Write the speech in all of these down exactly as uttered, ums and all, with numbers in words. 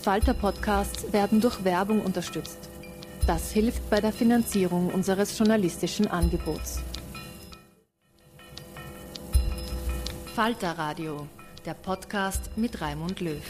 Falter-Podcasts werden durch Werbung unterstützt. Das hilft bei der Finanzierung unseres journalistischen Angebots. Falter Radio, der Podcast mit Raimund Löw.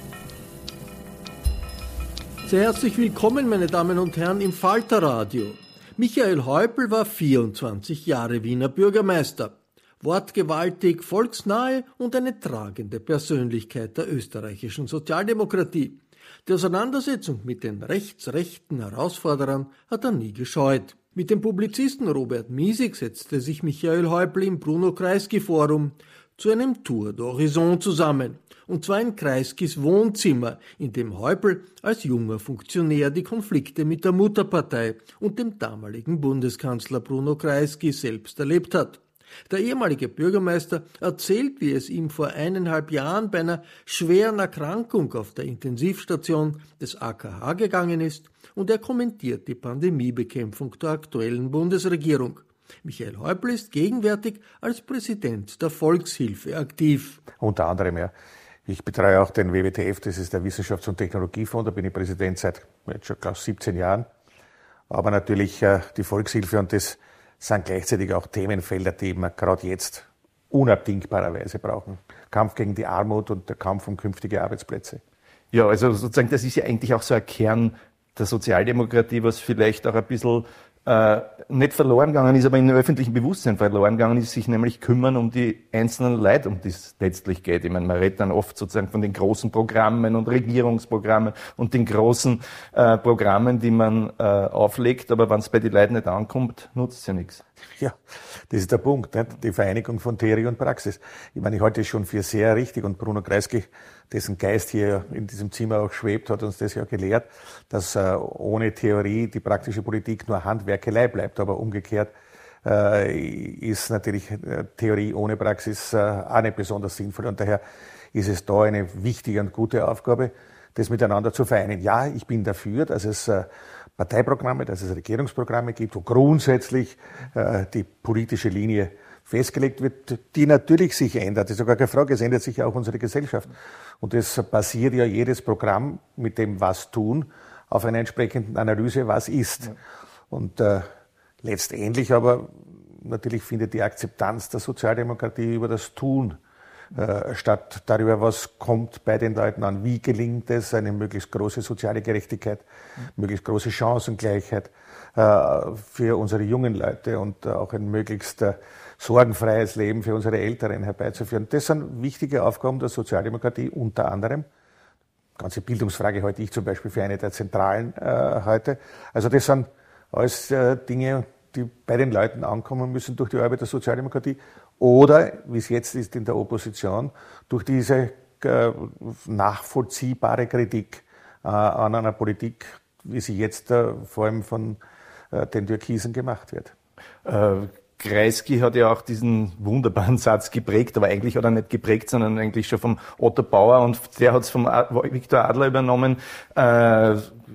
Sehr herzlich willkommen, meine Damen und Herren, im Falter Radio. Michael Häupl war vierundzwanzig Jahre Wiener Bürgermeister. Wortgewaltig, volksnahe und eine tragende Persönlichkeit der österreichischen Sozialdemokratie. Die Auseinandersetzung mit den rechtsrechten Herausforderern hat er nie gescheut. Mit dem Publizisten Robert Miesig setzte sich Michael Häupl im Bruno Kreisky Forum zu einem Tour d'Horizon zusammen. Und zwar in Kreiskys Wohnzimmer, in dem Häupl als junger Funktionär die Konflikte mit der Mutterpartei und dem damaligen Bundeskanzler Bruno Kreisky selbst erlebt hat. Der ehemalige Bürgermeister erzählt, wie es ihm vor eineinhalb Jahren bei einer schweren Erkrankung auf der Intensivstation des A K H gegangen ist, und er kommentiert die Pandemiebekämpfung der aktuellen Bundesregierung. Michael Häupl ist gegenwärtig als Präsident der Volkshilfe aktiv. Unter anderem, ja. Ich betreue auch den W W T F, das ist der Wissenschafts- und Technologiefonds, da bin ich Präsident seit jetzt schon glaube siebzehn Jahren. Aber natürlich äh, die Volkshilfe, und das sind gleichzeitig auch Themenfelder, die wir gerade jetzt unabdingbarerweise brauchen. Kampf gegen die Armut und der Kampf um künftige Arbeitsplätze. Ja, also sozusagen, das ist ja eigentlich auch so ein Kern der Sozialdemokratie, was vielleicht auch ein bisschen äh, nicht verloren gegangen ist, aber in dem öffentlichen Bewusstsein verloren gegangen ist, sich nämlich kümmern um die einzelnen Leute, um die es letztlich geht. Ich meine, man redet dann oft sozusagen von den großen Programmen und Regierungsprogrammen und den großen äh, Programmen, die man äh, auflegt, aber wenn es bei den Leuten nicht ankommt, nutzt es ja nichts. Ja, das ist der Punkt, nicht? Die Vereinigung von Theorie und Praxis. Ich meine, ich halte es schon für sehr richtig, und Bruno Kreisky, dessen Geist hier in diesem Zimmer auch schwebt, hat uns das ja gelehrt, dass äh, ohne Theorie die praktische Politik nur Handwerkelei bleibt. Aber umgekehrt äh, ist natürlich äh, Theorie ohne Praxis äh, auch nicht besonders sinnvoll. Und daher ist es da eine wichtige und gute Aufgabe, das miteinander zu vereinen. Ja, ich bin dafür, dass es äh, Parteiprogramme, dass es Regierungsprogramme gibt, wo grundsätzlich äh, die politische Linie festgelegt wird, die natürlich sich ändert. Das ist sogar keine Frage, es ändert sich ja auch unsere Gesellschaft. Und es basiert ja jedes Programm mit dem Was tun auf einer entsprechenden Analyse, was ist. Ja. Und äh, letztendlich aber natürlich findet die Akzeptanz der Sozialdemokratie über das Tun äh, statt darüber, was kommt bei den Leuten an, wie gelingt es, eine möglichst große soziale Gerechtigkeit, mhm. möglichst große Chancengleichheit äh, für unsere jungen Leute und äh, auch ein möglichst äh, sorgenfreies Leben für unsere Älteren herbeizuführen. Das sind wichtige Aufgaben der Sozialdemokratie, unter anderem. Die ganze Bildungsfrage halte ich zum Beispiel für eine der zentralen äh, heute. Also das sind alles äh, Dinge, die bei den Leuten ankommen müssen durch die Arbeit der Sozialdemokratie oder, wie es jetzt ist in der Opposition, durch diese äh, nachvollziehbare Kritik äh, an einer Politik, wie sie jetzt äh, vor allem von äh, den Türkisen gemacht wird. Äh, Kreisky hat ja auch diesen wunderbaren Satz geprägt, aber eigentlich hat er nicht geprägt, sondern eigentlich schon vom Otto Bauer, und der hat es vom Viktor Adler übernommen, äh,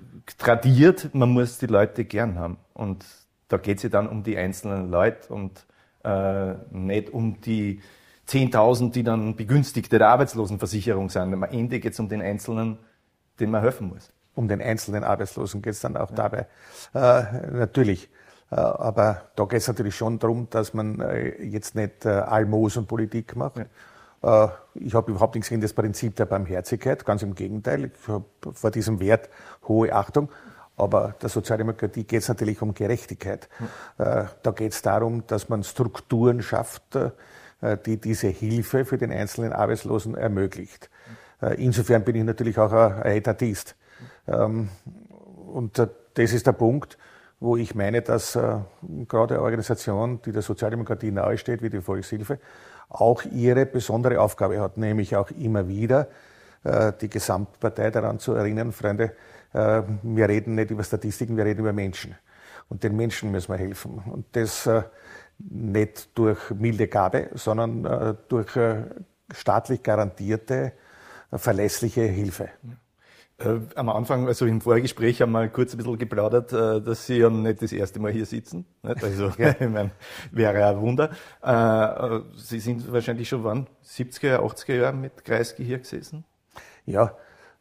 tradiert, man muss die Leute gern haben. Und da geht es ja dann um die einzelnen Leute und äh, nicht um die zehntausend, die dann Begünstigte der Arbeitslosenversicherung sind. Am Ende geht es um den Einzelnen, dem man helfen muss. Um den einzelnen Arbeitslosen geht es dann auch ja. dabei. Äh, natürlich. Äh, aber da geht es natürlich schon darum, dass man äh, jetzt nicht äh, Almosenpolitik macht. Ja. Äh, ich habe überhaupt nichts gegen das Prinzip der Barmherzigkeit, ganz im Gegenteil. Ich habe vor diesem Wert hohe Achtung. Aber der Sozialdemokratie geht es natürlich um Gerechtigkeit. Ja. Da geht es darum, dass man Strukturen schafft, die diese Hilfe für den einzelnen Arbeitslosen ermöglicht. Insofern bin ich natürlich auch ein Etatist. Und das ist der Punkt, wo ich meine, dass gerade eine Organisation, die der Sozialdemokratie nahesteht, wie die Volkshilfe, auch ihre besondere Aufgabe hat, nämlich auch immer wieder die Gesamtpartei daran zu erinnern, Freunde, wir reden nicht über Statistiken, wir reden über Menschen. Und den Menschen müssen wir helfen. Und das nicht durch milde Gabe, sondern durch staatlich garantierte, verlässliche Hilfe. Äh, am Anfang, also im Vorgespräch, haben wir kurz ein bisschen geplaudert, äh, dass Sie ja nicht das erste Mal hier sitzen. Nicht? Also, ja. Ich meine, wäre ja ein Wunder. Äh, Sie sind wahrscheinlich schon wann? siebziger, achtziger Jahre mit Kreisky hier gesessen? Ja,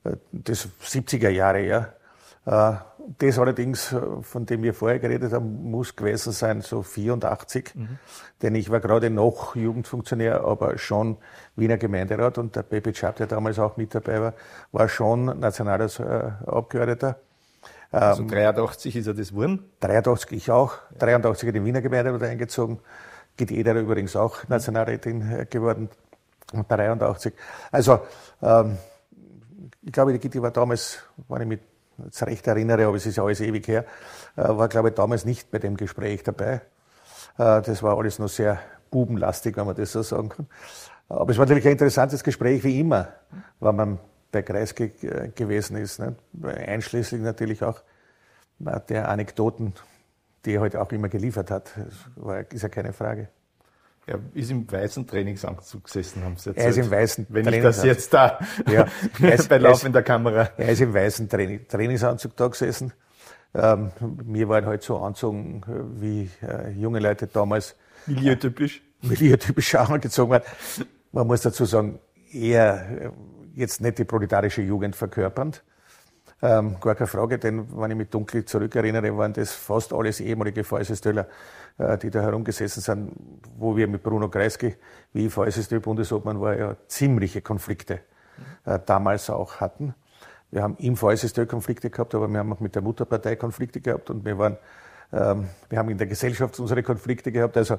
das siebziger Jahre, ja. Das allerdings, von dem wir vorher geredet haben, muss gewesen sein, so vierundachtzig. Mhm. Denn ich war gerade noch Jugendfunktionär, aber schon Wiener Gemeinderat und der Pepe Czap, der damals auch mit dabei war, war schon nationaler äh, Abgeordneter. Also dreiundachtzig ist er das geworden? dreiundachtzig ich auch. Ja. dreiundachtzig in den Wiener Gemeinderat eingezogen. Gitti Ederer übrigens auch Nationalrätin geworden. Und dreiundachtzig. Also, ähm, ich glaube, die Gitti war damals, wenn ich mich jetzt recht erinnere, aber es ist ja alles ewig her, äh, war, glaube ich, damals nicht bei dem Gespräch dabei. Äh, das war alles noch sehr bubenlastig, wenn man das so sagen kann. Aber es war natürlich ein interessantes Gespräch, wie immer, wenn man bei Kreisky äh, gewesen ist. Ne? Einschließlich natürlich auch äh, der Anekdoten, die er heute auch immer geliefert hat. Das war, ist ja keine Frage. Er ist im weißen Trainingsanzug gesessen, haben Sie erzählt. Er ist im weißen Wenn ich das jetzt da ja, ist, bei laufender Kamera. Er ist im weißen Training, Trainingsanzug da gesessen. Ähm, wir waren halt so angezogen, wie äh, junge Leute damals. Milieutypisch. Äh, milieutypisch auch angezogen waren. Man muss dazu sagen, eher jetzt nicht die proletarische Jugend verkörpernd. Ähm, gar keine Frage, denn wenn ich mich dunkel zurückerinnere, waren das fast alles ehemalige VSSDler, äh, die da herumgesessen sind, wo wir mit Bruno Kreisky, wie VSSD-Bundesobmann war, ja ziemliche Konflikte äh, damals auch hatten. Wir haben im VSSD Konflikte gehabt, aber wir haben auch mit der Mutterpartei Konflikte gehabt und wir waren, ähm, wir haben in der Gesellschaft unsere Konflikte gehabt. Also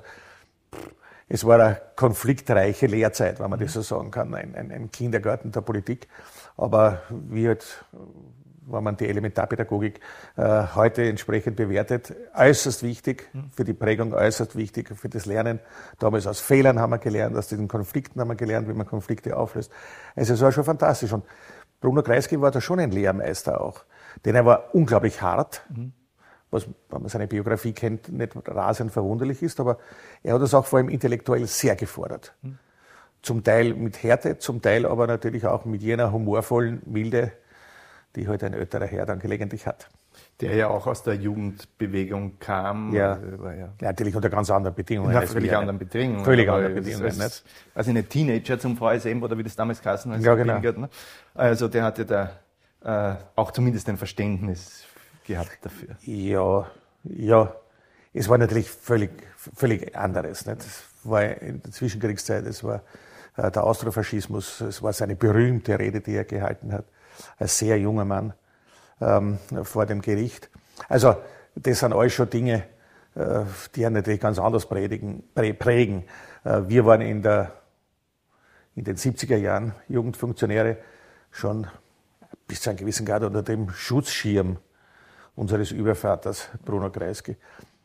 es war eine konfliktreiche Lehrzeit, wenn man das so sagen kann, ein, ein, ein Kindergarten der Politik. Aber wie halt, wenn man die Elementarpädagogik äh, heute entsprechend bewertet, äußerst wichtig für die Prägung, äußerst wichtig für das Lernen. Damals aus Fehlern haben wir gelernt, aus diesen Konflikten haben wir gelernt, wie man Konflikte auflöst. Also es war schon fantastisch. Und Bruno Kreisky war da schon ein Lehrmeister auch. Denn er war unglaublich hart, mhm. was, wenn man seine Biografie kennt, nicht rasend verwunderlich ist, aber er hat das auch vor allem intellektuell sehr gefordert. Mhm. Zum Teil mit Härte, zum Teil aber natürlich auch mit jener humorvollen Milde, die halt ein älterer Herr dann gelegentlich hat. Der ja auch aus der Jugendbewegung kam. Ja, war ja. ja natürlich unter ganz anderen Bedingungen. Ja, völlig anderen Bedingungen. Völlig andere Bedingungen. Als, als, also eine Teenager zum V S M oder wie das damals geheißen hat. Ja, genau. Also der hatte da äh, auch zumindest ein Verständnis gehabt dafür. Ja, ja. Es war natürlich völlig, völlig anderes. Nicht? Das war in der Zwischenkriegszeit, es war äh, der Austrofaschismus, es war seine berühmte Rede, die er gehalten hat. Als sehr junger Mann ähm, vor dem Gericht. Also das sind alles schon Dinge, äh, die einen natürlich ganz anders prägen. prägen. Äh, wir waren in, der, in den siebziger Jahren Jugendfunktionäre schon bis zu einem gewissen Grad unter dem Schutzschirm unseres Übervaters Bruno Kreisky.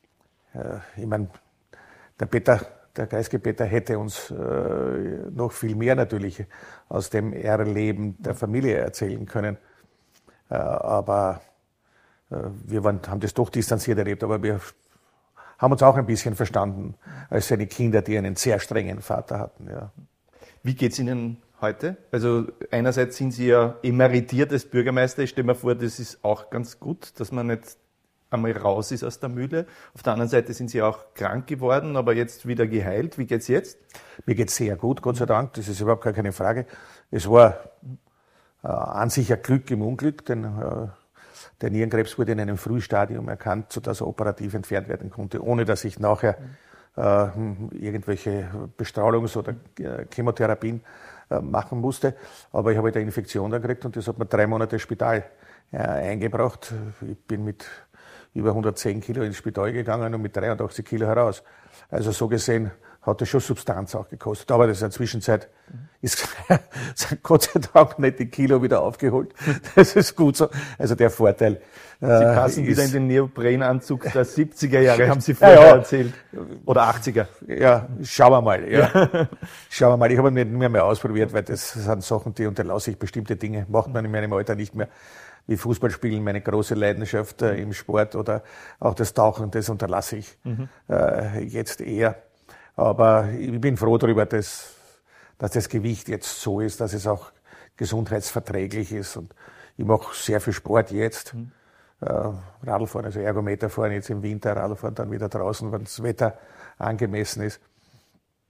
Äh, ich meine, der Peter Der Kreisky-Peter hätte uns äh, noch viel mehr natürlich aus dem Erleben der Familie erzählen können. Äh, aber äh, wir waren, haben das doch distanziert erlebt, aber wir haben uns auch ein bisschen verstanden als seine Kinder, die einen sehr strengen Vater hatten. Ja. Wie geht's Ihnen heute? Also einerseits sind Sie ja emeritiert als Bürgermeister. Ich stelle mir vor, das ist auch ganz gut, dass man nicht einmal raus ist aus der Mühle. Auf der anderen Seite sind Sie auch krank geworden, aber jetzt wieder geheilt. Wie geht's jetzt? Mir geht's sehr gut, Gott sei Dank. Das ist überhaupt gar keine Frage. Es war äh, an sich ein Glück im Unglück, denn äh, der Nierenkrebs wurde in einem Frühstadium erkannt, sodass er operativ entfernt werden konnte, ohne dass ich nachher äh, irgendwelche Bestrahlungs- oder äh, Chemotherapien äh, machen musste. Aber ich habe halt eine Infektion dann gekriegt und das hat mir drei Monate Spital äh, eingebracht. Ich bin mit über hundertzehn Kilo ins Spital gegangen und mit dreiundachtzig Kilo heraus. Also so gesehen hat das schon Substanz auch gekostet. Aber das ist in der Zwischenzeit, ist Gott sei Dank nicht die Kilo wieder aufgeholt. Das ist gut so. Also der Vorteil. Sie passen äh, wieder in den Neoprenanzug der siebziger Jahre, haben Sie vorher ja, ja. erzählt. Oder achtziger. Ja, schauen wir mal. Ja. Ja. Schauen wir mal. Ich habe nicht mehr, mehr ausprobiert, weil das sind Sachen, die unterlasse ich. Bestimmte Dinge macht man in meinem Alter nicht mehr. Wie Fußballspielen, meine große Leidenschaft äh, im Sport oder auch das Tauchen, das unterlasse ich mhm. äh, jetzt eher. Aber ich bin froh darüber, dass, dass das Gewicht jetzt so ist, dass es auch gesundheitsverträglich ist. Und ich mache sehr viel Sport jetzt. Mhm. Äh, Radlfahren, also Ergometer fahren jetzt im Winter, Radlfahren dann wieder draußen, wenn das Wetter angemessen ist.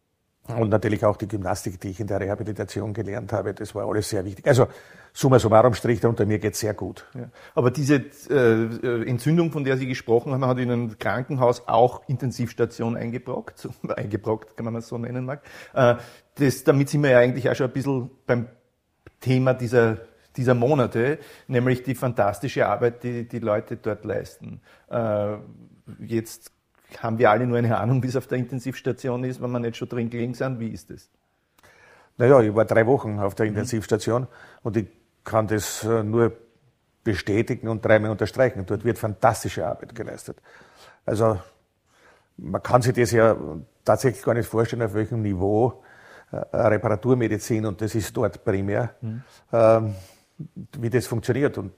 Und natürlich auch die Gymnastik, die ich in der Rehabilitation gelernt habe, das war alles sehr wichtig. Also summa summarum Strich darunter, mir geht's sehr gut. Ja. Aber diese äh, Entzündung, von der Sie gesprochen haben, hat in einem Krankenhaus auch Intensivstation eingebrockt, eingebrockt, kann man das so nennen mag. Äh, das, damit sind wir ja eigentlich auch schon ein bisschen beim Thema dieser dieser Monate, nämlich die fantastische Arbeit, die die Leute dort leisten. Äh, jetzt haben wir alle nur eine Ahnung, wie es auf der Intensivstation ist, wenn wir nicht schon drin gelegen sind. Wie ist das? Naja, ich war drei Wochen auf der Intensivstation und ich kann das nur bestätigen und dreimal unterstreichen. Dort wird fantastische Arbeit geleistet. Also man kann sich das ja tatsächlich gar nicht vorstellen, auf welchem Niveau äh, Reparaturmedizin, und das ist dort primär, mhm. ähm, wie das funktioniert. Und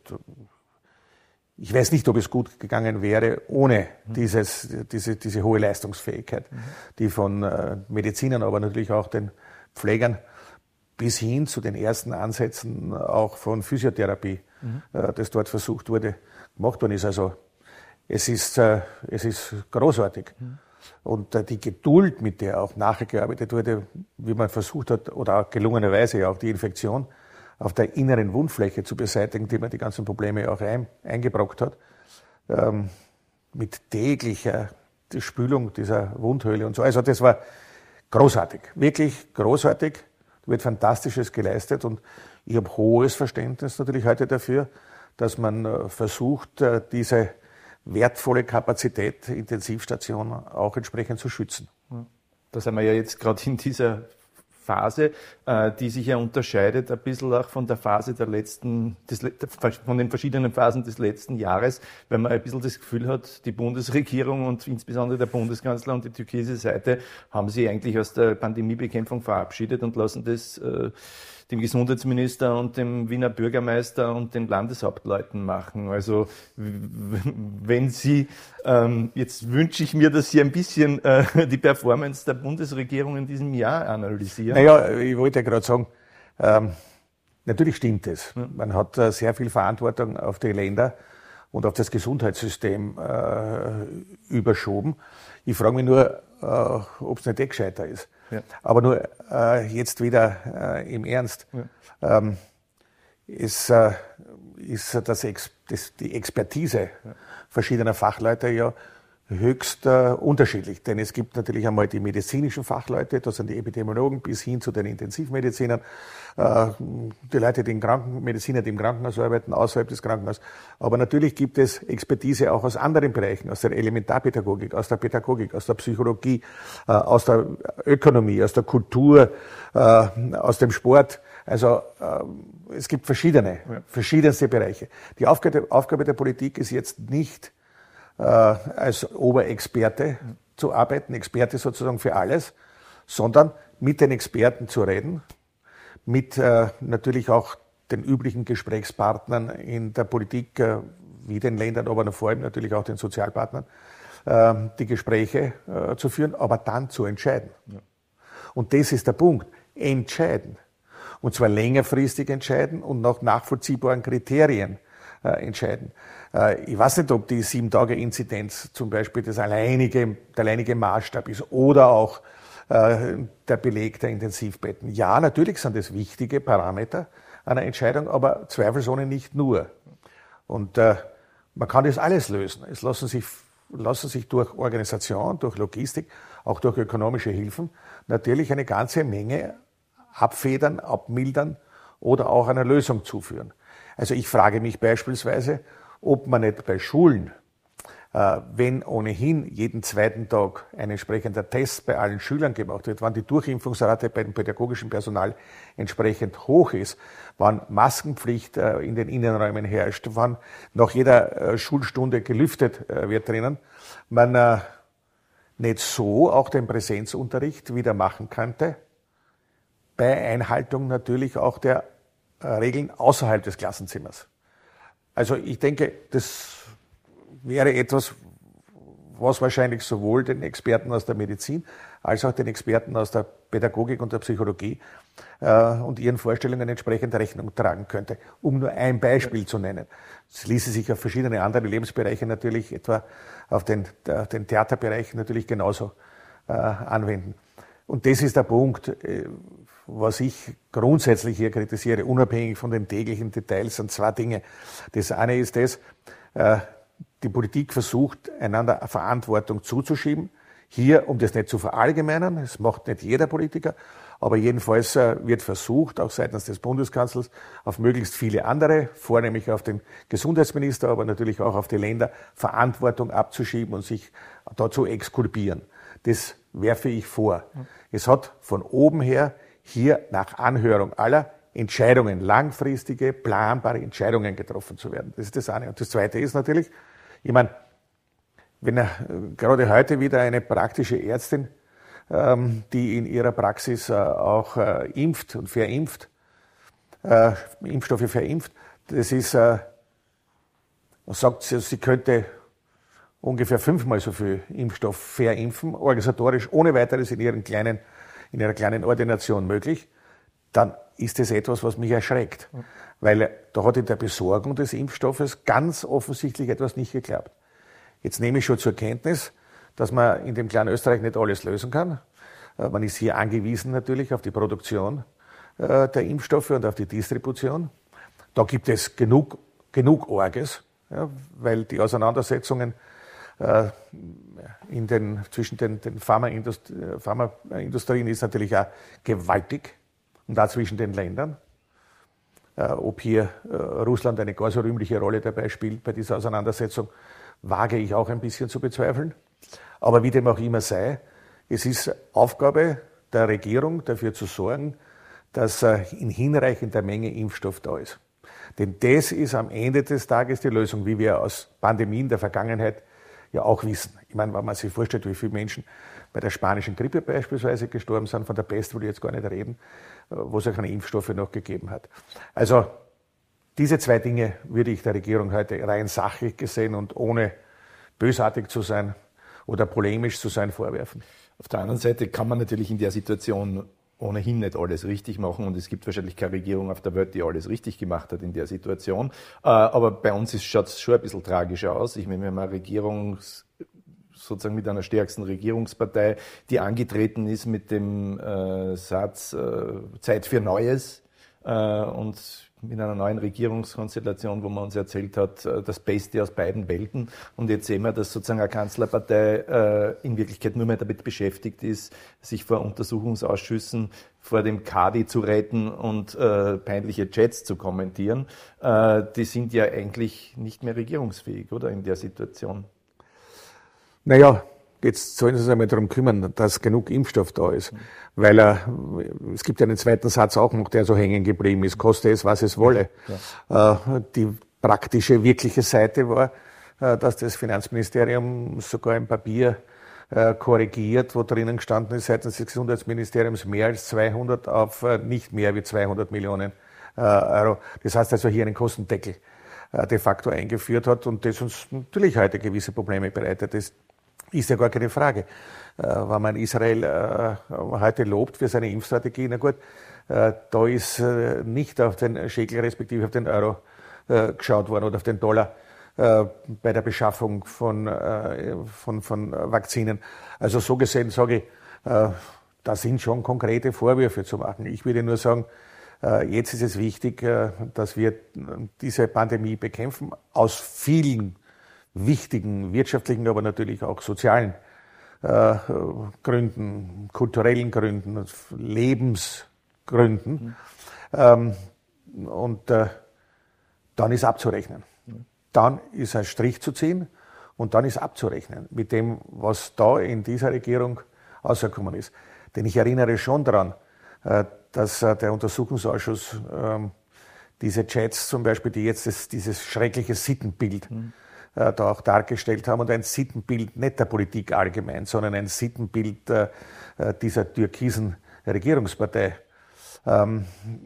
ich weiß nicht, ob es gut gegangen wäre ohne mhm. dieses, diese, diese hohe Leistungsfähigkeit, mhm. die von äh, Medizinern, aber natürlich auch den Pflegern bis hin zu den ersten Ansätzen auch von Physiotherapie, mhm. äh, das dort versucht wurde, gemacht worden ist. Also es ist, äh, es ist großartig. Mhm. Und äh, die Geduld, mit der auch nachher gearbeitet wurde, wie man versucht hat, oder auch gelungenerweise auch die Infektion auf der inneren Wundfläche zu beseitigen, die man die ganzen Probleme auch ein, eingebrockt hat, ähm, mit täglicher Spülung dieser Wundhöhle und so. Also das war großartig, wirklich großartig. Da wird Fantastisches geleistet und ich habe hohes Verständnis natürlich heute dafür, dass man äh, versucht, äh, diese wertvolle Kapazität Intensivstation auch entsprechend zu schützen. Da sind wir ja jetzt gerade in dieser Phase, äh, die sich ja unterscheidet ein bisschen auch von der Phase der letzten, des, von den verschiedenen Phasen des letzten Jahres, weil man ein bisschen das Gefühl hat, die Bundesregierung und insbesondere der Bundeskanzler und die türkische Seite haben sich eigentlich aus der Pandemiebekämpfung verabschiedet und lassen das äh, dem Gesundheitsminister und dem Wiener Bürgermeister und den Landeshauptleuten machen. Also wenn Sie, ähm, jetzt wünsche ich mir, dass Sie ein bisschen äh, die Performance der Bundesregierung in diesem Jahr analysieren. Naja, ich wollte ja gerade sagen, ähm, natürlich stimmt es. Man hat äh, sehr viel Verantwortung auf die Länder und auf das Gesundheitssystem äh, überschoben. Ich frage mich nur, äh, ob es nicht eh gescheiter ist. Ja. Aber nur äh, jetzt wieder äh, im Ernst. Ja. Ähm, ist, äh, ist das Ex das, die Expertise ja. verschiedener Fachleute ja höchst äh, unterschiedlich. Denn es gibt natürlich einmal die medizinischen Fachleute, das sind die Epidemiologen, bis hin zu den Intensivmedizinern, äh, die Leute, die im Krankenmediziner, die im Krankenhaus arbeiten, außerhalb des Krankenhauses. Aber natürlich gibt es Expertise auch aus anderen Bereichen, aus der Elementarpädagogik, aus der Pädagogik, aus der Psychologie, äh, aus der Ökonomie, aus der Kultur, äh, aus dem Sport. Also äh, es gibt verschiedene, ja. verschiedenste Bereiche. Die Aufgabe, Aufgabe der Politik ist jetzt nicht, äh, als Oberexperte mhm. zu arbeiten, Experte sozusagen für alles, sondern mit den Experten zu reden, mit äh, natürlich auch den üblichen Gesprächspartnern in der Politik, äh, wie den Ländern, aber vor allem natürlich auch den Sozialpartnern, äh, die Gespräche äh, zu führen, aber dann zu entscheiden. Ja. Und das ist der Punkt, entscheiden. Und zwar längerfristig entscheiden und nach nachvollziehbaren Kriterien äh, entscheiden. Äh, ich weiß nicht, ob die Sieben-Tage-Inzidenz zum Beispiel das alleinige, der alleinige Maßstab ist oder auch äh, der Beleg der Intensivbetten. Ja, natürlich sind das wichtige Parameter einer Entscheidung, aber zweifelsohne nicht nur. Und äh, man kann das alles lösen. Es lassen sich, lassen sich durch Organisation, durch Logistik, auch durch ökonomische Hilfen natürlich eine ganze Menge abfedern, abmildern oder auch einer Lösung zuführen. Also ich frage mich beispielsweise, ob man nicht bei Schulen, äh, wenn ohnehin jeden zweiten Tag ein entsprechender Test bei allen Schülern gemacht wird, wann die Durchimpfungsrate bei dem pädagogischen Personal entsprechend hoch ist, wann Maskenpflicht äh, in den Innenräumen herrscht, wann nach jeder äh, Schulstunde gelüftet äh, wird drinnen, man äh, nicht so auch den Präsenzunterricht wieder machen könnte, bei Einhaltung natürlich auch der äh, Regeln außerhalb des Klassenzimmers. Also ich denke, das wäre etwas, was wahrscheinlich sowohl den Experten aus der Medizin als auch den Experten aus der Pädagogik und der Psychologie äh, und ihren Vorstellungen entsprechend Rechnung tragen könnte. Um nur ein Beispiel zu nennen. Es ließe sich auf verschiedene andere Lebensbereiche natürlich, etwa auf den, auf den Theaterbereich natürlich genauso äh, anwenden. Und das ist der Punkt, was ich grundsätzlich hier kritisiere, unabhängig von den täglichen Details, sind zwei Dinge. Das eine ist das, die Politik versucht, einander Verantwortung zuzuschieben. Hier, um das nicht zu verallgemeinern, das macht nicht jeder Politiker, aber jedenfalls wird versucht, auch seitens des Bundeskanzlers, auf möglichst viele andere, vornehmlich auf den Gesundheitsminister, aber natürlich auch auf die Länder, Verantwortung abzuschieben und sich dazu exkulpieren. Das werfe ich vor. Es hat von oben her hier nach Anhörung aller Entscheidungen, langfristige, planbare Entscheidungen getroffen zu werden. Das ist das eine. Und das zweite ist natürlich, ich meine, wenn er, gerade heute wieder eine praktische Ärztin, ähm, die in ihrer Praxis äh, auch äh, impft und verimpft, äh, Impfstoffe verimpft, das ist, äh, man sagt, sie, sie könnte ungefähr fünfmal so viel Impfstoff verimpfen, organisatorisch ohne weiteres in, ihren kleinen, in ihrer kleinen Ordination möglich, dann ist das etwas, was mich erschreckt. Mhm. Weil da hat in der Besorgung des Impfstoffes ganz offensichtlich etwas nicht geklappt. Jetzt nehme ich schon zur Kenntnis, dass man in dem kleinen Österreich nicht alles lösen kann. Man ist hier angewiesen natürlich auf die Produktion der Impfstoffe und auf die Distribution. Da gibt es genug, genug Orges, ja, weil die Auseinandersetzungen in den, zwischen den, den Pharmaindust- Pharmaindustrien ist natürlich auch gewaltig und auch zwischen den Ländern. Ob hier Russland eine gar so rühmliche Rolle dabei spielt bei dieser Auseinandersetzung, wage ich auch ein bisschen zu bezweifeln. Aber wie dem auch immer sei, es ist Aufgabe der Regierung, dafür zu sorgen, dass in hinreichender Menge Impfstoff da ist. Denn das ist am Ende des Tages die Lösung, wie wir aus Pandemien der Vergangenheit ja auch wissen. Ich meine, wenn man sich vorstellt, wie viele Menschen bei der spanischen Grippe beispielsweise gestorben sind, von der Pest will ich jetzt gar nicht reden, wo es ja keine Impfstoffe noch gegeben hat. Also diese zwei Dinge würde ich der Regierung heute rein sachlich gesehen und ohne bösartig zu sein oder polemisch zu sein vorwerfen. Auf der anderen Seite kann man natürlich in der Situation ohnehin nicht alles richtig machen und es gibt wahrscheinlich keine Regierung auf der Welt, die alles richtig gemacht hat in der Situation. Aber bei uns schaut es schon ein bisschen tragischer aus. Ich meine, wir haben eine Regierung sozusagen mit einer stärksten Regierungspartei, die angetreten ist mit dem äh, Satz äh, Zeit für Neues äh, und mit einer neuen Regierungskonstellation, wo man uns erzählt hat, das Beste aus beiden Welten. Und jetzt sehen wir, dass sozusagen eine Kanzlerpartei äh, in Wirklichkeit nur mehr damit beschäftigt ist, sich vor Untersuchungsausschüssen vor dem Kadi zu retten und äh, peinliche Chats zu kommentieren. Äh, die sind ja eigentlich nicht mehr regierungsfähig, oder, in der Situation? Naja, jetzt sollen sie sich einmal darum kümmern, dass genug Impfstoff da ist. Mhm. Weil äh, es gibt ja einen zweiten Satz auch noch, der so hängen geblieben ist, koste es, was es wolle. Ja. Äh, die praktische, wirkliche Seite war, äh, dass das Finanzministerium sogar ein Papier äh, korrigiert, wo drinnen gestanden ist, seitens des Gesundheitsministeriums mehr als zweihundert auf äh, nicht mehr wie zweihundert Millionen äh, Euro. Das heißt also hier einen Kostendeckel äh, de facto eingeführt hat und das uns natürlich heute gewisse Probleme bereitet. Das ist ja gar keine Frage. Äh, wenn man Israel äh, heute lobt für seine Impfstrategie, na gut, äh, da ist äh, nicht auf den Shekel respektive auf den Euro äh, geschaut worden oder auf den Dollar äh, bei der Beschaffung von, äh, von, von Vakzinen. Also so gesehen sage ich, äh, da sind schon konkrete Vorwürfe zu machen. Ich würde nur sagen, äh, jetzt ist es wichtig, äh, dass wir diese Pandemie bekämpfen, aus vielen wichtigen wirtschaftlichen, aber natürlich auch sozialen äh, Gründen, kulturellen Gründen, Lebensgründen. Mhm. Ähm, und äh, dann ist abzurechnen. Mhm. Dann ist ein Strich zu ziehen und dann ist abzurechnen mit dem, was da in dieser Regierung rausgekommen ist. Denn ich erinnere schon daran, äh, dass äh, der Untersuchungsausschuss äh, diese Chats zum Beispiel, die jetzt das, dieses schreckliche Sittenbild mhm. da auch dargestellt haben und ein Sittenbild nicht der Politik allgemein, sondern ein Sittenbild äh, dieser türkisen Regierungspartei, ähm,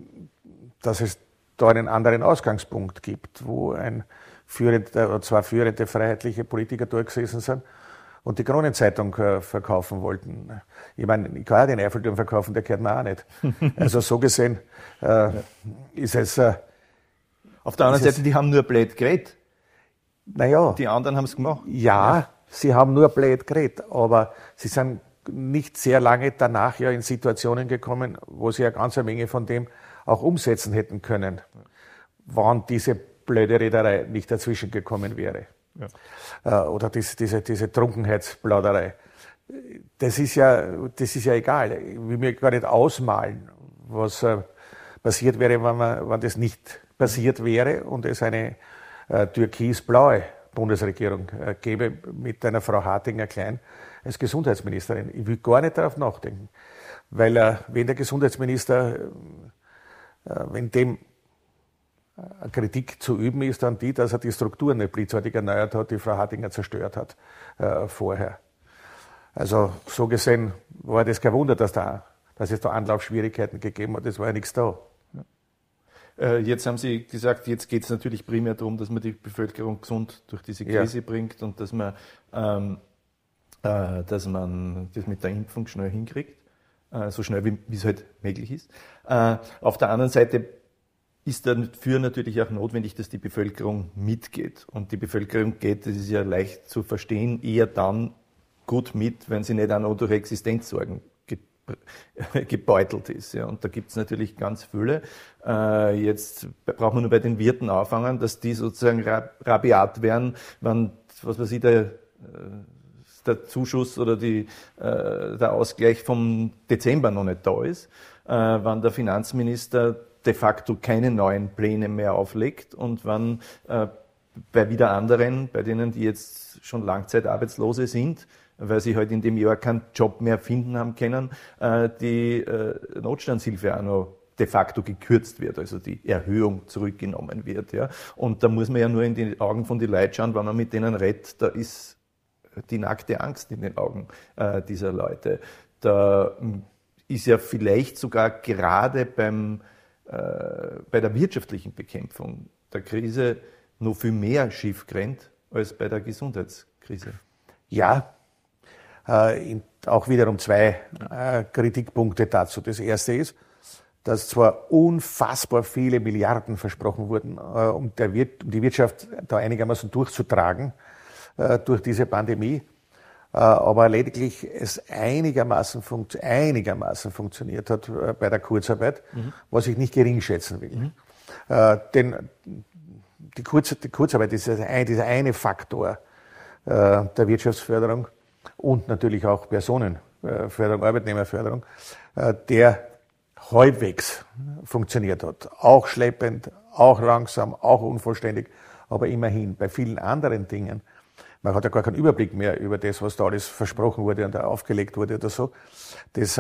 dass es da einen anderen Ausgangspunkt gibt, wo ein führende, zwei führende freiheitliche Politiker durchgesessen sind und die Kronenzeitung äh, verkaufen wollten. Ich meine, ich kann auch den Eiffelturm verkaufen, der gehört mir auch nicht. Also so gesehen äh, ja. ist es... Äh, Auf der anderen Seite, die haben nur blöd geredet. Naja. Die anderen haben es gemacht. Ja, ja, sie haben nur blöd geredet, aber sie sind nicht sehr lange danach ja in Situationen gekommen, wo sie ja ganz eine Menge von dem auch umsetzen hätten können, wann diese blöde Reederei nicht dazwischen gekommen wäre. Ja. Oder diese, diese, diese Trunkenheitsplauderei. Das ist ja, das ist ja egal. Ich will mir gar nicht ausmalen, was äh, passiert wäre, wenn, man, wenn das nicht passiert wäre und es eine äh, türkis-blaue Bundesregierung äh, gäbe mit einer Frau Hartinger-Klein als Gesundheitsministerin. Ich will gar nicht darauf nachdenken, weil äh, wenn der Gesundheitsminister, äh, wenn dem äh, Kritik zu üben ist, dann die, dass er die Strukturen nicht blitzartig erneuert hat, die Frau Hartinger zerstört hat äh, vorher. Also so gesehen war das kein Wunder, dass, da, dass es da Anlaufschwierigkeiten gegeben hat. Es war ja nichts da. Ja. Jetzt haben Sie gesagt, jetzt geht es natürlich primär darum, dass man die Bevölkerung gesund durch diese Krise ja. bringt und dass man, ähm, äh, dass man das mit der Impfung schnell hinkriegt, äh, so schnell wie, wie es halt möglich ist. Äh, auf der anderen Seite ist dafür natürlich auch notwendig, dass die Bevölkerung mitgeht. Und die Bevölkerung geht, das ist ja leicht zu verstehen, eher dann gut mit, wenn sie nicht auch noch durch Existenzsorgen gebeutelt ist. Ja. Und da gibt es natürlich ganz viele. Äh, jetzt braucht man nur bei den Wirten anfangen, dass die sozusagen rabiat werden, wenn, was weiß ich, der, der Zuschuss oder die, äh, der Ausgleich vom Dezember noch nicht da ist, äh, wenn der Finanzminister de facto keine neuen Pläne mehr auflegt und wenn äh, bei wieder anderen, bei denen, die jetzt schon Langzeitarbeitslose sind, weil sie halt in dem Jahr keinen Job mehr finden haben können, die Notstandshilfe auch noch de facto gekürzt wird, also die Erhöhung zurückgenommen wird. Ja. Und da muss man ja nur in die Augen von den Leuten schauen, wenn man mit denen redet, da ist die nackte Angst in den Augen dieser Leute. Da ist ja vielleicht sogar gerade beim, bei der wirtschaftlichen Bekämpfung der Krise noch viel mehr schief gerannt als bei der Gesundheitskrise. Ja, Äh, auch wiederum zwei äh, Kritikpunkte dazu. Das erste ist, dass zwar unfassbar viele Milliarden versprochen wurden, äh, um, der Wir- um die Wirtschaft da einigermaßen durchzutragen äh, durch diese Pandemie, äh, aber lediglich es einigermaßen, funkt- einigermaßen funktioniert hat äh, bei der Kurzarbeit, mhm. was ich nicht gering schätzen will. Mhm. Äh, denn die, Kurz- die Kurzarbeit ist ein, dieser eine Faktor äh, der Wirtschaftsförderung, und natürlich auch Personenförderung, Arbeitnehmerförderung, der halbwegs funktioniert hat. Auch schleppend, auch langsam, auch unvollständig, aber immerhin. Bei vielen anderen Dingen, man hat ja gar keinen Überblick mehr über das, was da alles versprochen wurde und aufgelegt wurde oder so. Das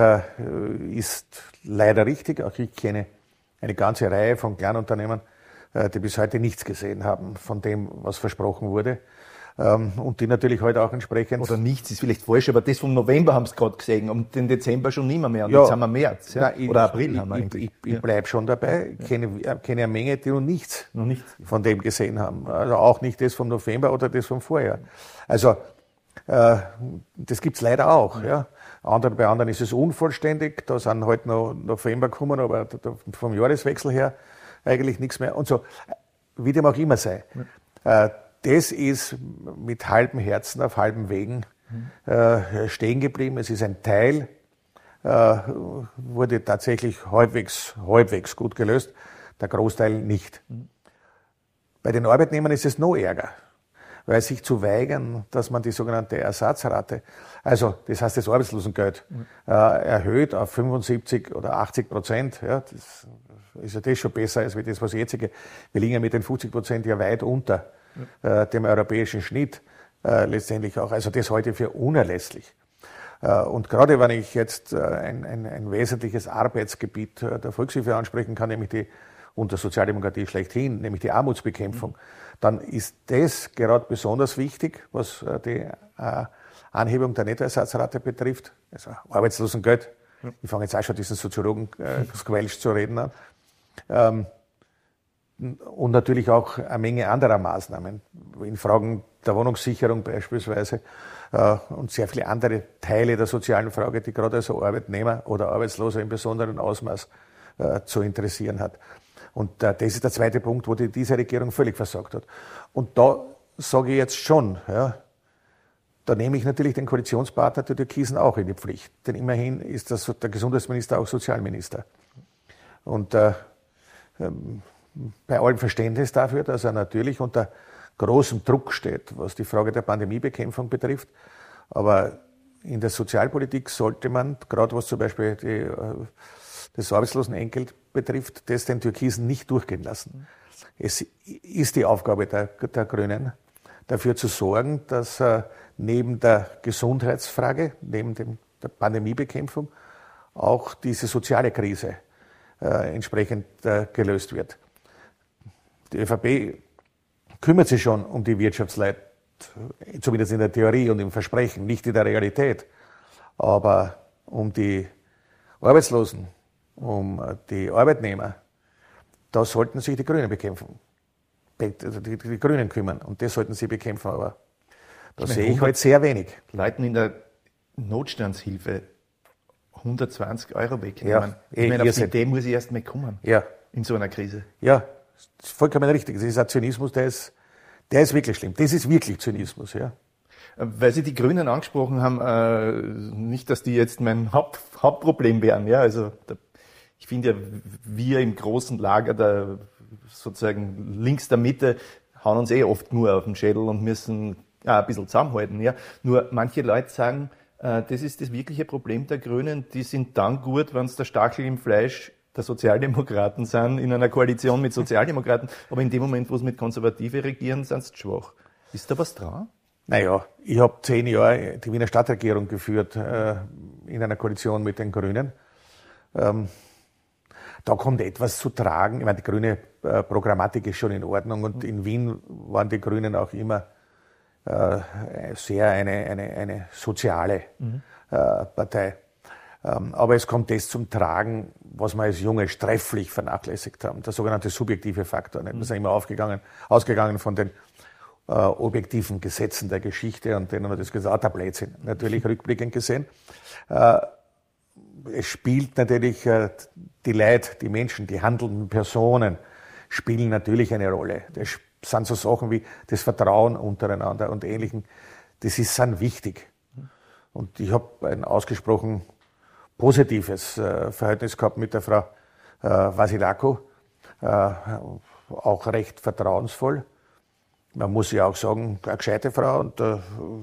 ist leider richtig. Auch ich kenne eine ganze Reihe von Kleinunternehmen, die bis heute nichts gesehen haben von dem, was versprochen wurde. Und die natürlich heute auch entsprechend... Oder nichts ist vielleicht falsch, aber das vom November haben sie gerade gesehen, und den Dezember schon nicht mehr, mehr. Und ja, jetzt haben wir März, ja? Nein, oder ich, April ich, haben wir eigentlich. Ich, ich, ich ja. bleibe schon dabei, ich kenne, kenne eine Menge, die noch nichts, noch nichts von dem gesehen haben. Also auch nicht das vom November oder das vom Vorjahr. Also äh, das gibt's leider auch. Ja. Ja. Andere, bei anderen ist es unvollständig, da sind halt noch November gekommen, aber vom Jahreswechsel her eigentlich nichts mehr. Und so, wie dem auch immer sei. Ja. Äh, Das ist mit halbem Herzen auf halbem Wegen äh, stehen geblieben. Es ist ein Teil, äh, wurde tatsächlich halbwegs, halbwegs gut gelöst, der Großteil nicht. Mhm. Bei den Arbeitnehmern ist es noch ärger, weil sich zu weigern, dass man die sogenannte Ersatzrate, also das heißt das Arbeitslosengeld, mhm. äh, erhöht auf fünfundsiebzig oder achtzig Prozent. Ja, das ist ja das schon besser als wie das, was jetzige. Wir liegen ja mit den fünfzig Prozent ja weit unter Äh, dem europäischen Schnitt äh, letztendlich auch. Also das halte ich für unerlässlich. Äh, und gerade wenn ich jetzt äh, ein, ein, ein wesentliches Arbeitsgebiet äh, der Volkshilfe ansprechen kann, nämlich die und der Sozialdemokratie schlechthin, nämlich die Armutsbekämpfung, mhm. dann ist das gerade besonders wichtig, was äh, die äh, Anhebung der Nettoersatzrate betrifft, also Arbeitslosengeld. Mhm. Ich fange jetzt auch schon diesen Soziologen äh, Squelch zu reden an. Ähm, Und natürlich auch eine Menge anderer Maßnahmen in Fragen der Wohnungssicherung beispielsweise äh, und sehr viele andere Teile der sozialen Frage, die gerade also Arbeitnehmer oder Arbeitslose in besonderem Ausmaß äh, zu interessieren hat. Und äh, das ist der zweite Punkt, wo die, diese Regierung völlig versagt hat. Und da sage ich jetzt schon, ja, da nehme ich natürlich den Koalitionspartner der Türkisen auch in die Pflicht. Denn immerhin ist das, der Gesundheitsminister auch Sozialminister. Und äh, ähm, bei allem Verständnis dafür, dass er natürlich unter großem Druck steht, was die Frage der Pandemiebekämpfung betrifft. Aber in der Sozialpolitik sollte man, gerade was zum Beispiel die, äh, das Arbeitslosenentgelt betrifft, das den Türkisen nicht durchgehen lassen. Es ist die Aufgabe der, der Grünen, dafür zu sorgen, dass äh, neben der Gesundheitsfrage, neben dem, der Pandemiebekämpfung auch diese soziale Krise äh, entsprechend äh, gelöst wird. Die ÖVP kümmert sich schon um die Wirtschaftsleute, zumindest in der Theorie und im Versprechen, nicht in der Realität. Aber um die Arbeitslosen, um die Arbeitnehmer, da sollten sich die Grünen bekämpfen. Die, die, die Grünen kümmern und das sollten sie bekämpfen, aber da sehe ich halt sehr wenig. Leuten in der Notstandshilfe hundertzwanzig Euro wegnehmen. Ja, ich meine, eh, auf die Idee muss ich erst mal kommen. Ja. In so einer Krise. Ja, das ist vollkommen richtig. Das ist ein Zynismus, der ist, der ist wirklich schlimm. Das ist wirklich Zynismus, ja. Weil Sie die Grünen angesprochen haben, äh, nicht, dass die jetzt mein Haupt, Hauptproblem wären, ja. Also, da, ich finde ja, wir im großen Lager, der sozusagen links der Mitte, hauen uns eh oft nur auf den Schädel und müssen ja, ein bisschen zusammenhalten, ja. Nur manche Leute sagen, äh, das ist das wirkliche Problem der Grünen, die sind dann gut, wenn es der Stachel im Fleisch der Sozialdemokraten sind, in einer Koalition mit Sozialdemokraten, aber in dem Moment, wo es mit Konservative regieren, sind sie schwach. Ist da was dran? Naja, ich habe zehn Jahre die Wiener Stadtregierung geführt, äh, in einer Koalition mit den Grünen. Ähm, da kommt etwas zu tragen. Ich meine, die grüne äh, Programmatik ist schon in Ordnung und in Wien waren die Grünen auch immer äh, sehr eine, eine, eine soziale mhm. äh, Partei. Aber es kommt das zum Tragen, was wir als Junge trefflich vernachlässigt haben, der sogenannte subjektive Faktor. Nicht? Wir sind immer aufgegangen, ausgegangen von den äh, objektiven Gesetzen der Geschichte und denen haben wir das gesagt, ah, der Blödsinn. Natürlich rückblickend gesehen. Äh, es spielt natürlich, äh, die Leute, die Menschen, die handelnden Personen spielen natürlich eine Rolle. Das sind so Sachen wie das Vertrauen untereinander und Ähnlichem. Das ist sind wichtig. Und ich habe ein ausgesprochen positives äh, Verhältnis gehabt mit der Frau äh, Vasilako, äh, auch recht vertrauensvoll. Man muss ja auch sagen, eine gescheite Frau und äh,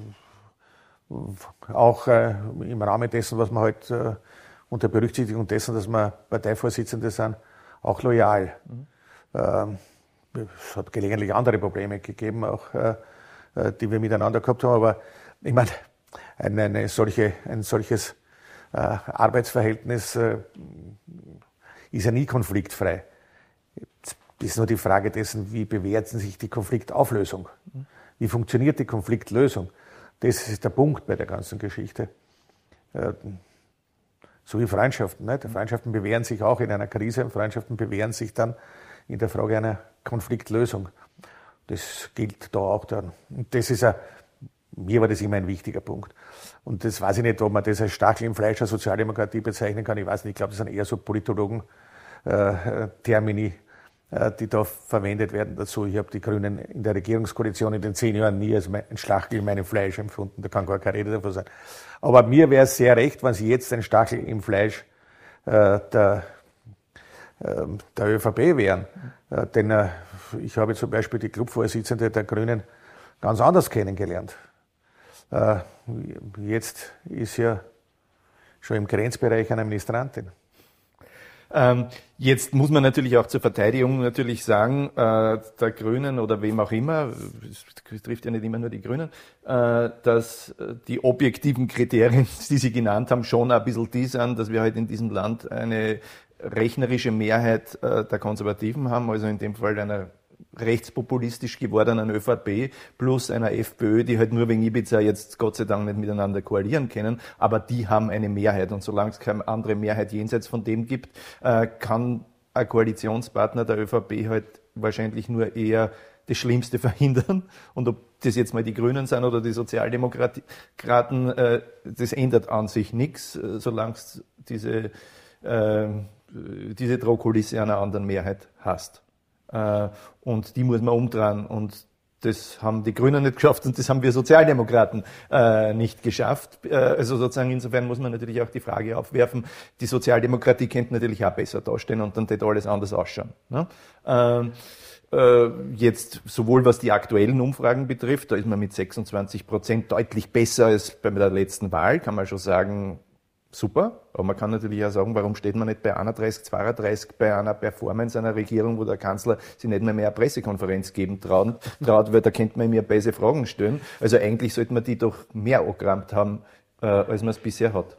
auch äh, im Rahmen dessen, was man halt äh, unter Berücksichtigung dessen, dass wir Parteivorsitzende sind, auch loyal. Mhm. Ähm, es hat gelegentlich andere Probleme gegeben, auch äh, die wir miteinander gehabt haben, aber ich meine, eine, eine solche, ein solches äh, Arbeitsverhältnis äh, ist ja nie konfliktfrei. Jetzt ist nur die Frage dessen, wie bewerten sich die Konfliktauflösung? Wie funktioniert die Konfliktlösung? Das ist der Punkt bei der ganzen Geschichte. Äh, so wie Freundschaften. Ne? Die Freundschaften bewähren sich auch in einer Krise und Freundschaften bewähren sich dann in der Frage einer Konfliktlösung. Das gilt da auch dann. Und das ist ein, mir war das immer ein wichtiger Punkt. Und das weiß ich nicht, ob man das als Stachel im Fleisch der Sozialdemokratie bezeichnen kann. Ich weiß nicht, ich glaube, das sind eher so Politologen-Termini, äh, die da verwendet werden dazu. Ich habe die Grünen in der Regierungskoalition in den zehn Jahren nie als ein Stachel in meinem Fleisch empfunden. Da kann gar keine Rede davon sein. Aber mir wäre es sehr recht, wenn Sie jetzt ein Stachel im Fleisch äh, der, äh, der ÖVP wären. Äh, denn äh, ich habe zum Beispiel die Clubvorsitzende der Grünen ganz anders kennengelernt. Äh, jetzt ist ja schon im Grenzbereich einer Ministrantin. Ähm, jetzt muss man natürlich auch zur Verteidigung natürlich sagen, äh, der Grünen oder wem auch immer, es trifft ja nicht immer nur die Grünen, äh, dass die objektiven Kriterien, die Sie genannt haben, schon ein bisschen die sind, dass wir halt in diesem Land eine rechnerische Mehrheit äh, der Konservativen haben, also in dem Fall einer rechtspopulistisch gewordenen ÖVP plus einer FPÖ, die halt nur wegen Ibiza jetzt Gott sei Dank nicht miteinander koalieren können, aber die haben eine Mehrheit und solange es keine andere Mehrheit jenseits von dem gibt, äh, kann ein Koalitionspartner der ÖVP halt wahrscheinlich nur eher das Schlimmste verhindern und ob das jetzt mal die Grünen sind oder die Sozialdemokraten, äh, das ändert an sich nichts, äh, solange es diese, äh, diese Drohkulisse einer anderen Mehrheit hast. Und die muss man umdrehen. Und Das haben die Grünen nicht geschafft und das haben wir Sozialdemokraten äh, nicht geschafft. Äh, also sozusagen insofern muss man natürlich auch die Frage aufwerfen, die Sozialdemokratie könnte natürlich auch besser dastehen und dann wird alles anders ausschauen. Ne? Ähm, äh, jetzt sowohl was die aktuellen Umfragen betrifft, da ist man mit sechsundzwanzig Prozent deutlich besser als bei der letzten Wahl, kann man schon sagen, super, aber man kann natürlich auch sagen, warum steht man nicht bei einunddreißig, zweiunddreißig bei einer Performance einer Regierung, wo der Kanzler sich nicht mehr mehr eine Pressekonferenz geben traut, traut, weil da könnte man mir böse Fragen stellen. Also eigentlich sollte man die doch mehr angerammt haben, äh, als man es bisher hat.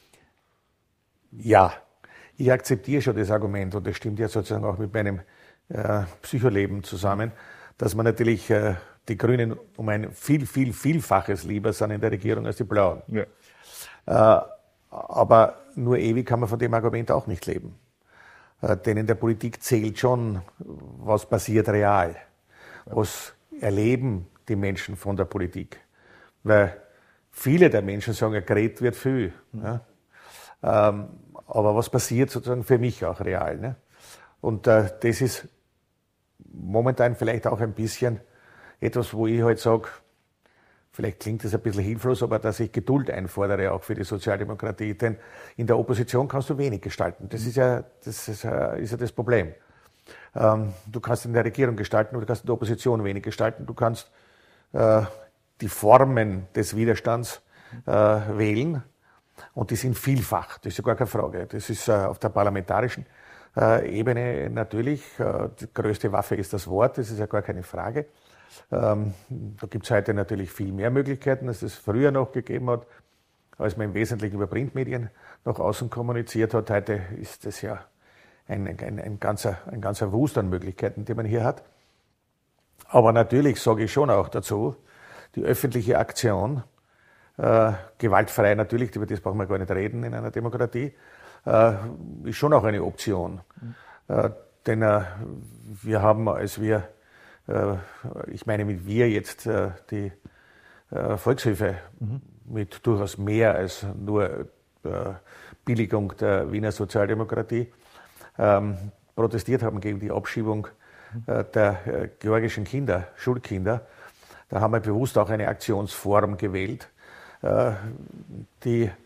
Ja, ich akzeptiere schon das Argument und das stimmt ja sozusagen auch mit meinem äh, Psycholeben zusammen, dass man natürlich äh, die Grünen um ein viel, viel, Vielfaches lieber sind in der Regierung als die Blauen. Ja. Äh, Aber nur ewig kann man von dem Argument auch nicht leben. Äh, denn in der Politik zählt schon, was passiert real. Was erleben die Menschen von der Politik? Weil viele der Menschen sagen, ja, geredet wird viel. Mhm. Ja? Ähm, aber was passiert sozusagen für mich auch real? Ne? Und äh, das ist momentan vielleicht auch ein bisschen etwas, wo ich halt sage, vielleicht klingt das ein bisschen hilflos, aber dass ich Geduld einfordere auch für die Sozialdemokratie. Denn in der Opposition kannst du wenig gestalten. Das ist ja das, ist, ist ja das Problem. Ähm, du kannst in der Regierung gestalten, aber du kannst in der Opposition wenig gestalten. Du kannst äh, die Formen des Widerstands äh, wählen und die sind vielfach. Das ist ja gar keine Frage. Das ist äh, auf der parlamentarischen äh, Ebene natürlich. Äh, die größte Waffe ist das Wort, das ist ja gar keine Frage. Ähm, da gibt es heute natürlich viel mehr Möglichkeiten, als es früher noch gegeben hat, als man im Wesentlichen über Printmedien nach außen kommuniziert hat. Heute ist das ja ein, ein, ein, ganzer, ein ganzer Wust an Möglichkeiten, die man hier hat. Aber natürlich sage ich schon auch dazu, die öffentliche Aktion, äh, gewaltfrei natürlich, über das brauchen wir gar nicht reden in einer Demokratie, äh, ist schon auch eine Option. Mhm. Äh, denn äh, wir haben, als wir ich meine mit wir jetzt die Volkshilfe mhm. mit durchaus mehr als nur Billigung der Wiener Sozialdemokratie ähm, protestiert haben gegen die Abschiebung mhm. der georgischen Kinder, Schulkinder. Da haben wir bewusst auch eine Aktionsform gewählt, die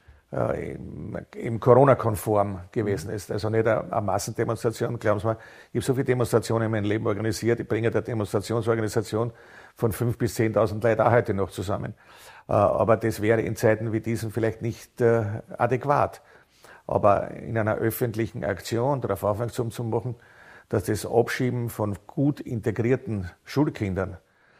eben Corona-konform gewesen ist. Also nicht eine Massendemonstration. Glauben Sie mal, ich habe so viele Demonstrationen in meinem Leben organisiert. Ich bringe der Demonstrationsorganisation von fünftausend bis zehntausend Leute auch heute noch zusammen. Aber das wäre in Zeiten wie diesen vielleicht nicht adäquat. Aber in einer öffentlichen Aktion darauf aufmerksam zu machen, dass das Abschieben von gut integrierten Schulkindern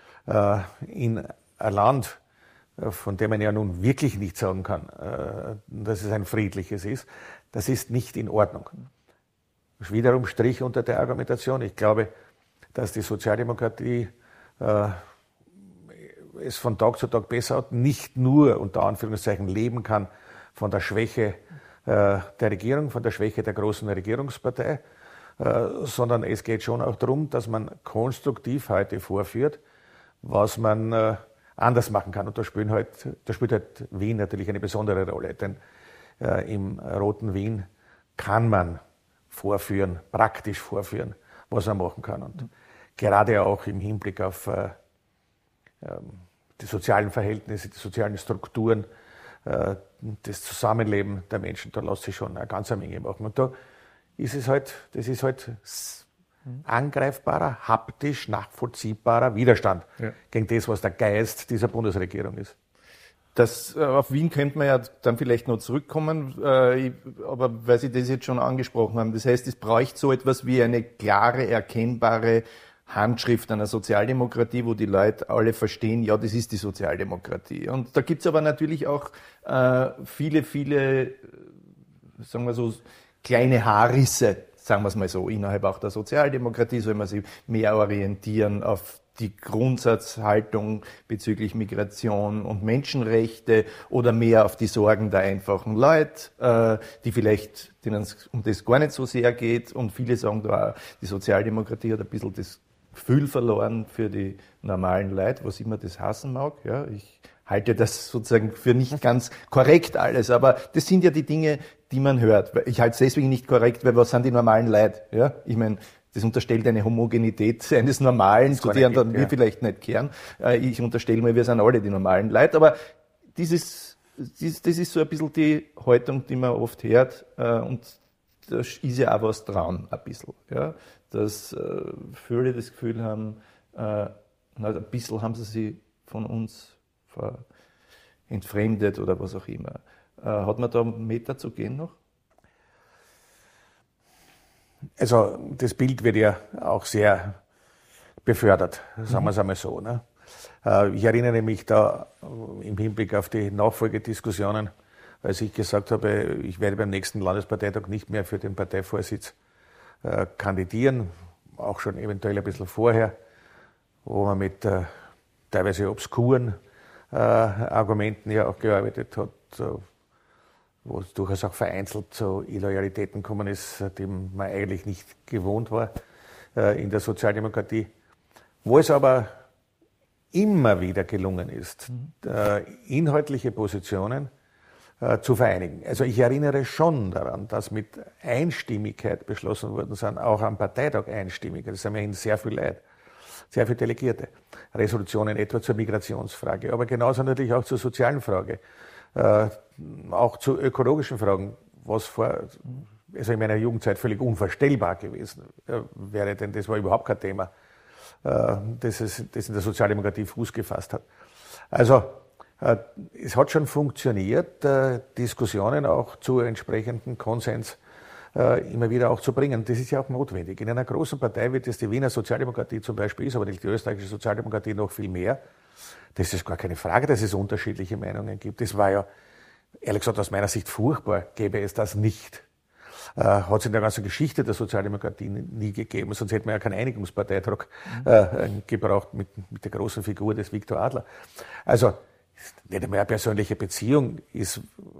in ein Land, von dem man ja nun wirklich nicht sagen kann, dass es ein friedliches ist, das ist nicht in Ordnung. Das ist wiederum Strich unter der Argumentation. Ich glaube, dass die Sozialdemokratie äh, es von Tag zu Tag besser hat, nicht nur unter Anführungszeichen leben kann von der Schwäche äh, der Regierung, von der Schwäche der großen Regierungspartei, äh, sondern es geht schon auch darum, dass man konstruktiv heute vorführt, was man äh, anders machen kann. Und da, spielen halt, da spielt halt Wien natürlich eine besondere Rolle. Denn äh, im roten Wien kann man vorführen, praktisch vorführen, was man machen kann. Und mhm. gerade auch im Hinblick auf äh, äh, die sozialen Verhältnisse, die sozialen Strukturen, äh, das Zusammenleben der Menschen, da lässt sich schon eine ganze Menge machen. Und da ist es halt, das ist halt angreifbarer, haptisch nachvollziehbarer Widerstand ja. gegen das, was der Geist dieser Bundesregierung ist. Das, auf Wien könnte man ja dann vielleicht noch zurückkommen, äh, aber weil Sie das jetzt schon angesprochen haben, das heißt, es bräuchte so etwas wie eine klare, erkennbare Handschrift einer Sozialdemokratie, wo die Leute alle verstehen, ja, das ist die Sozialdemokratie. Und da gibt's aber natürlich auch äh, viele, viele, sagen wir so, kleine Haarrisse, sagen wir es mal so, innerhalb auch der Sozialdemokratie soll man sich mehr orientieren auf die Grundsatzhaltung bezüglich Migration und Menschenrechte oder mehr auf die Sorgen der einfachen Leute, äh, die vielleicht, denen es um das gar nicht so sehr geht. Und viele sagen da, die Sozialdemokratie hat ein bisschen das Gefühl verloren für die normalen Leute, was immer das hassen mag. Ja, ich halte das sozusagen für nicht ganz korrekt alles, aber das sind ja die Dinge, die man hört. Ich halte es deswegen nicht korrekt, weil was sind die normalen Leute? Ja, ich meine, das unterstellt eine Homogenität eines Normalen, zu der dann gibt, wir ja. vielleicht nicht kehren. Ich unterstelle mal, wir sind alle die normalen Leute, aber dieses, dieses, das ist so ein bisschen die Haltung, die man oft hört, und da ist ja auch was dran, ein bisschen, ja, dass viele das Gefühl haben, na, ein bisschen haben sie sich von uns entfremdet oder was auch immer. Hat man da einen Meter zu gehen noch? Also das Bild wird ja auch sehr befördert, sagen wir es einmal so. Ne? Ich erinnere mich da im Hinblick auf die Nachfolgediskussionen, als ich gesagt habe, ich werde beim nächsten Landesparteitag nicht mehr für den Parteivorsitz kandidieren, auch schon eventuell ein bisschen vorher, wo man mit teilweise obskuren Argumenten ja auch gearbeitet hat, wo es durchaus auch vereinzelt zu Illoyalitäten gekommen ist, die man eigentlich nicht gewohnt war äh, in der Sozialdemokratie. Wo es aber immer wieder gelungen ist, mhm. äh, inhaltliche Positionen äh, zu vereinigen. Also ich erinnere schon daran, dass mit Einstimmigkeit beschlossen worden sind, auch am Parteitag einstimmig, das sind immerhin sehr viel Leute, sehr viele Delegierte, Resolutionen etwa zur Migrationsfrage, aber genauso natürlich auch zur sozialen Frage. Äh, auch zu ökologischen Fragen, was vor, also in meiner Jugendzeit völlig unvorstellbar gewesen äh, wäre, denn das war überhaupt kein Thema, äh, das, es, das in der Sozialdemokratie Fuß gefasst hat. Also äh, es hat schon funktioniert, äh, Diskussionen auch zu entsprechendem Konsens äh, immer wieder auch zu bringen. Das ist ja auch notwendig. In einer großen Partei, wie das die Wiener Sozialdemokratie zum Beispiel ist, aber die österreichische Sozialdemokratie noch viel mehr, das ist gar keine Frage, dass es unterschiedliche Meinungen gibt. Das war ja, ehrlich gesagt, aus meiner Sicht furchtbar, gäbe es das nicht. Äh, hat es in der ganzen Geschichte der Sozialdemokratie nie gegeben, sonst hätten wir ja keinen Einigungsparteitag äh, gebraucht mit, mit der großen Figur des Viktor Adler. Also, nicht einmal eine persönliche Beziehung ist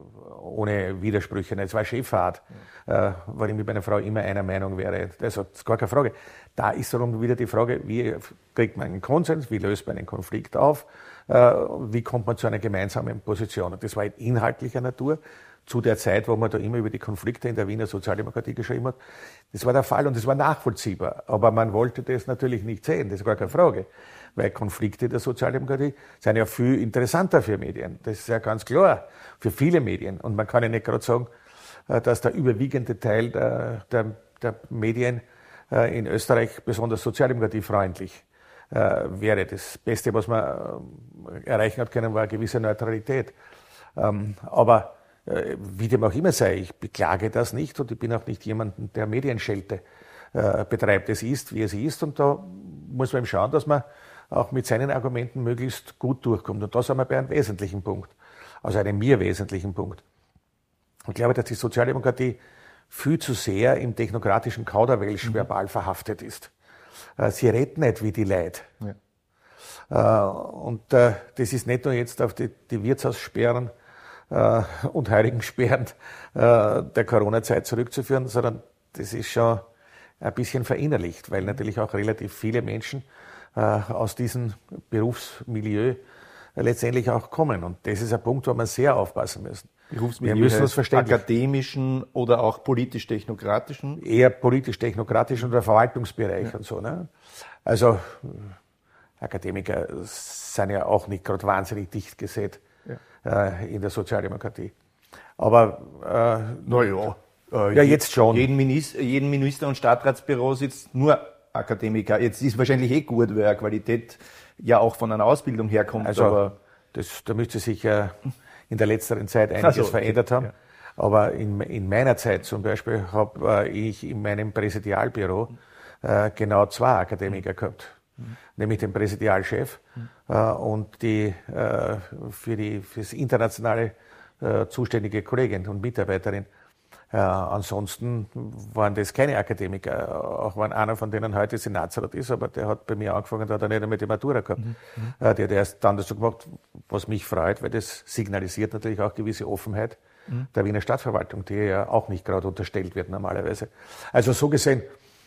ohne Widersprüche. Es war Cheffahrt, äh, weil ich mit meiner Frau immer einer Meinung wäre. Also, das ist gar keine Frage. Da ist darum wieder die Frage, wie kriegt man einen Konsens, wie löst man einen Konflikt auf, äh, wie kommt man zu einer gemeinsamen Position. Und das war inhaltlicher Natur. Zu der Zeit, wo man da immer über die Konflikte in der Wiener Sozialdemokratie geschrieben hat. Das war der Fall und das war nachvollziehbar. Aber man wollte das natürlich nicht sehen, das ist gar keine Frage. Weil Konflikte der Sozialdemokratie sind ja viel interessanter für Medien. Das ist ja ganz klar, für viele Medien. Und man kann ja nicht gerade sagen, dass der überwiegende Teil der, der, der Medien in Österreich besonders sozialdemokratiefreundlich wäre. Das Beste, was man erreichen hat können, war eine gewisse Neutralität. Aber wie dem auch immer sei, ich beklage das nicht und ich bin auch nicht jemanden, der Medienschelte äh, betreibt. Es ist, wie es ist und da muss man eben schauen, dass man auch mit seinen Argumenten möglichst gut durchkommt. Und da sind wir bei einem wesentlichen Punkt, also einem mir wesentlichen Punkt. Ich glaube, dass die Sozialdemokratie viel zu sehr im technokratischen Kauderwelsch mhm. verbal verhaftet ist. Äh, sie redet nicht wie die Leute. Ja. Äh, und äh, das ist nicht nur jetzt auf die, die Wirtshaussperren und Heiligensperren der Corona-Zeit zurückzuführen, sondern das ist schon ein bisschen verinnerlicht, weil natürlich auch relativ viele Menschen aus diesem Berufsmilieu letztendlich auch kommen. Und das ist ein Punkt, wo wir sehr aufpassen müssen. Berufsmilieu, wir müssen uns verständigen. Akademischen oder auch politisch-technokratischen? Eher politisch-technokratischen oder Verwaltungsbereich ja. und so. Ne? Also Akademiker sind ja auch nicht gerade wahnsinnig dicht gesät. Ja. in der Sozialdemokratie. Aber äh, naja, äh, ja, jetzt schon. Jeden Minister, jeden Minister- und Stadtratsbüro sitzt nur Akademiker. Jetzt ist wahrscheinlich eh gut, weil Qualität ja auch von einer Ausbildung herkommt. Also aber das, da müsste sich ja in der letzteren Zeit einiges also, verändert haben. Ja. Aber in, in meiner Zeit zum Beispiel habe äh, ich in meinem Präsidialbüro äh, genau zwei Akademiker gehabt. Mhm. Nämlich den Präsidialchef mhm. äh, und die äh, für die fürs internationale äh, zuständige Kollegin und Mitarbeiterin. Äh, ansonsten waren das keine Akademiker, auch wenn einer von denen heute Senatsrat ist, aber der hat bei mir angefangen, da hat er nicht einmal die Matura gehabt. Mhm. Äh, der hat erst dann dazu gemacht, was mich freut, weil das signalisiert natürlich auch gewisse Offenheit mhm. der Wiener Stadtverwaltung, die ja auch nicht gerade unterstellt wird normalerweise. Also so gesehen,